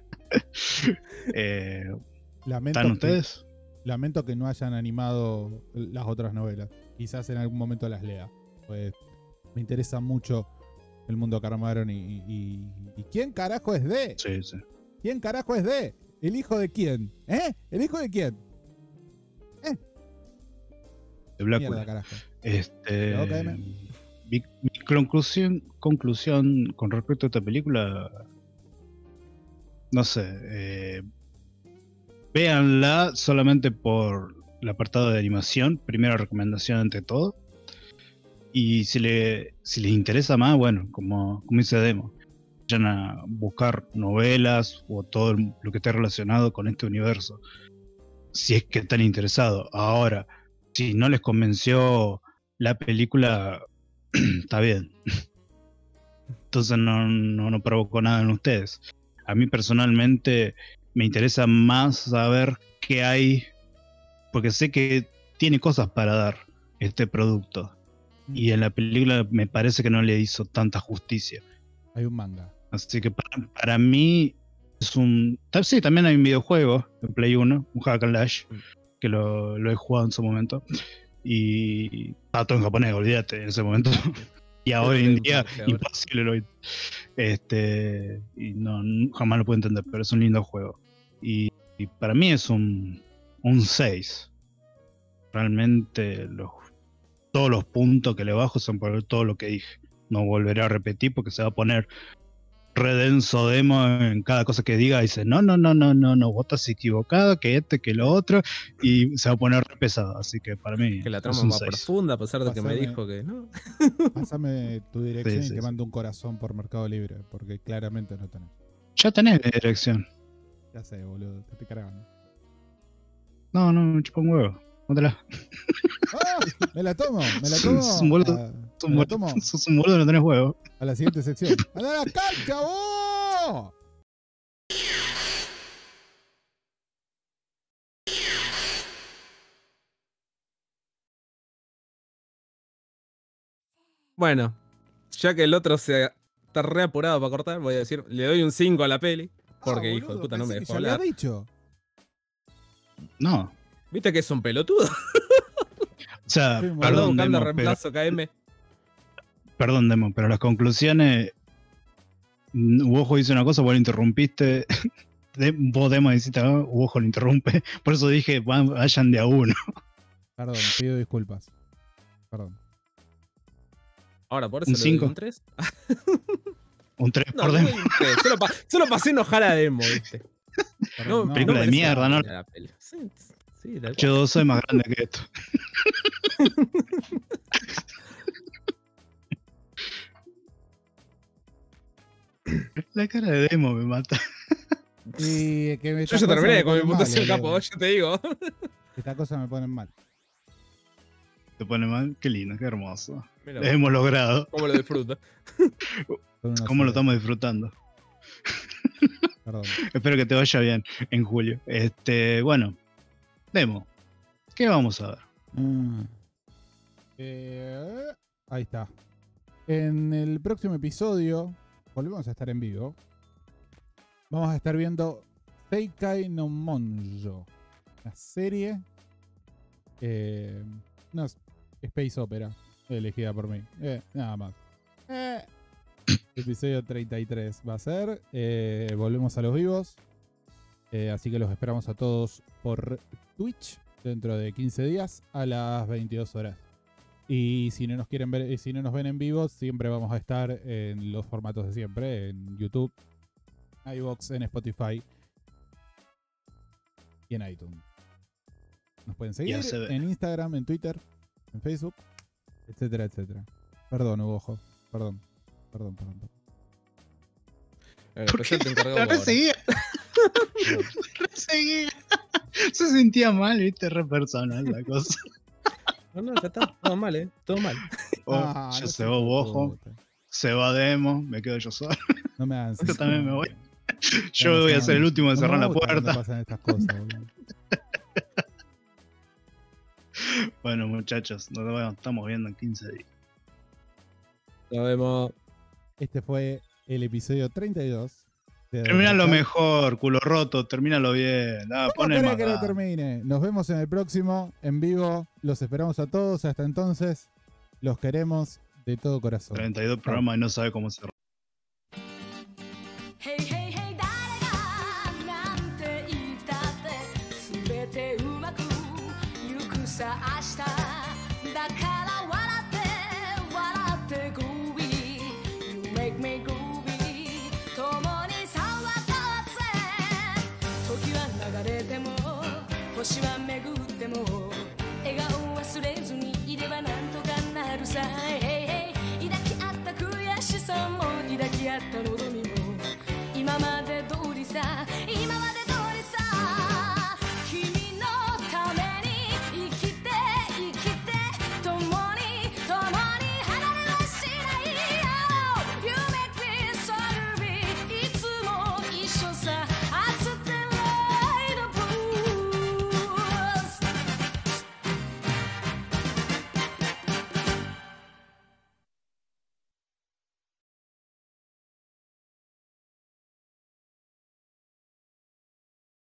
¿Están ustedes? Lamento que no hayan animado las otras novelas. Quizás en algún momento las lea. Pues me interesa mucho el mundo Carmaron y ¿quién carajo es de? Sí, sí. ¿Quién carajo es de? ¿El hijo de quién? ¿El hijo de quién? De Mierda, Blackwood. carajo. Mi conclusión con respecto a esta película, no sé, véanla solamente por el apartado de animación, primera recomendación ante todo, y si les interesa más, bueno, como dice Demo, vayan a buscar novelas o todo lo que esté relacionado con este universo, si es que están interesados. Ahora, si no les convenció la película está bien. Entonces no provocó nada en ustedes. A mí personalmente me interesa más saber qué hay, porque sé que tiene cosas para dar este producto. Y en la película me parece que no le hizo tanta justicia. Hay un manga. Así que para mí es un... Sí, también hay un videojuego en Play 1, un Hack and Slash, que lo he jugado en su momento. Y estaba todo en japonés, olvídate, en ese momento. Y ahora en día, imposible lo y no, jamás lo puedo entender, pero es un lindo juego. Y para mí es un 6. Realmente todos los puntos que le bajo son por todo lo que dije. No volveré a repetir porque se va a poner redenso demo en cada cosa que diga. Dice, no, vos estás equivocado, que que lo otro. Y se va a poner re pesado. Así que para mí que la trama es es un más 6. profunda, a pesar de que me dijo que no. Pásame tu dirección Sí, y te sí. mando un corazón por Mercado Libre, porque claramente no tenés. Ya tenés la dirección. Ya sé, boludo, te estoy cargando. No, me chupa un huevo. Póntela. ¡Ah! Me la tomo. Sos un boludo. Me la tomo Sos un boludo, no tenés huevo. a la siguiente sección. ¡Anda a la cancha, vos! Bueno, ya que el otro está re apurado para cortar, voy a decir, le doy un 5 a la peli. Porque, hijo de puta, no me pensé dejó que ya hablar. había dicho. No. ¿Viste que es un pelotudo? O sea, Sí, Perdón, perdón, buscando Demo, reemplazo KM. perdón, Demo, pero las conclusiones. Uojo dice una cosa, vos lo interrumpiste. Vos, Demo, dijiste, Uojo lo interrumpe. Por eso dije, vayan de a uno. Perdón, pido disculpas. Perdón. Ahora, por eso Un le doy 5. un 3. Un 3 No, por le Demo. doy un 3. Solo pasé enojar a Demo, ¿viste? Perdón, película de merecía mierda, ¿no? la peli. Sí, tal cual. Yo soy más grande que esto. La cara de Demo me mata. Y que Yo ya terminé con mi puntuación, capo, yo te digo. Esta cosa me ponen mal. Te pone mal. Qué lindo, qué hermoso. Mira, Lo hemos logrado. cómo lo disfruto. Son unos ¿Cómo lo ceros. estamos disfrutando? Perdón. Espero que te vaya bien en julio. Bueno, Demo, ¿qué vamos a ver? Ahí está. En el próximo episodio, volvemos a estar en vivo. Vamos a estar viendo Seikai no Monjo, una serie, una space opera elegida por mí. Nada más. Episodio 33 va a ser. Volvemos a los vivos. Así que los esperamos a todos por Twitch dentro de 15 días a las 22 horas. Y si no nos quieren ver, si no nos ven en vivo, siempre vamos a estar en los formatos de siempre, en YouTube, iVoox, en Spotify y en iTunes. Nos pueden seguir en Instagram, en Twitter, en Facebook, etcétera, etcétera. Perdón, Hugo. Perdón. Pero ya te encargamos La ahora. reseguía. Reseguía. Se sentía mal, viste, re personal la cosa. No, ya está. Todo mal, todo mal. Ya no se seas va Ojo, puta. se va Demo, me quedo yo solo. No me hagan Yo también me voy. Yo No, voy a no, ser el último en no cerrar me la gusta cuando puerta. pasan estas cosas, boludo. Bueno, muchachos, nos vemos, estamos viendo en 15 días. Nos vemos. Este fue el episodio 32. de Terminalo Dragon Ball. mejor, culo roto, terminalo bien. ¿Cómo Poné querés más que lo ganas. termine? Nos vemos en el próximo, en vivo. Los esperamos a todos. Hasta entonces, los queremos de todo corazón. 32 programas y no sabe cómo cerrar. Hey hey hey 誰がなんて言ったって全てうまくゆくさ明日だから笑って groovy You make me groovy 共に騒がせ時は流れても星は巡っても笑顔忘れずにいればなんとかなるさ Hey hey 抱き合った悔しさも抱き合った望みも今まで通りさ今まで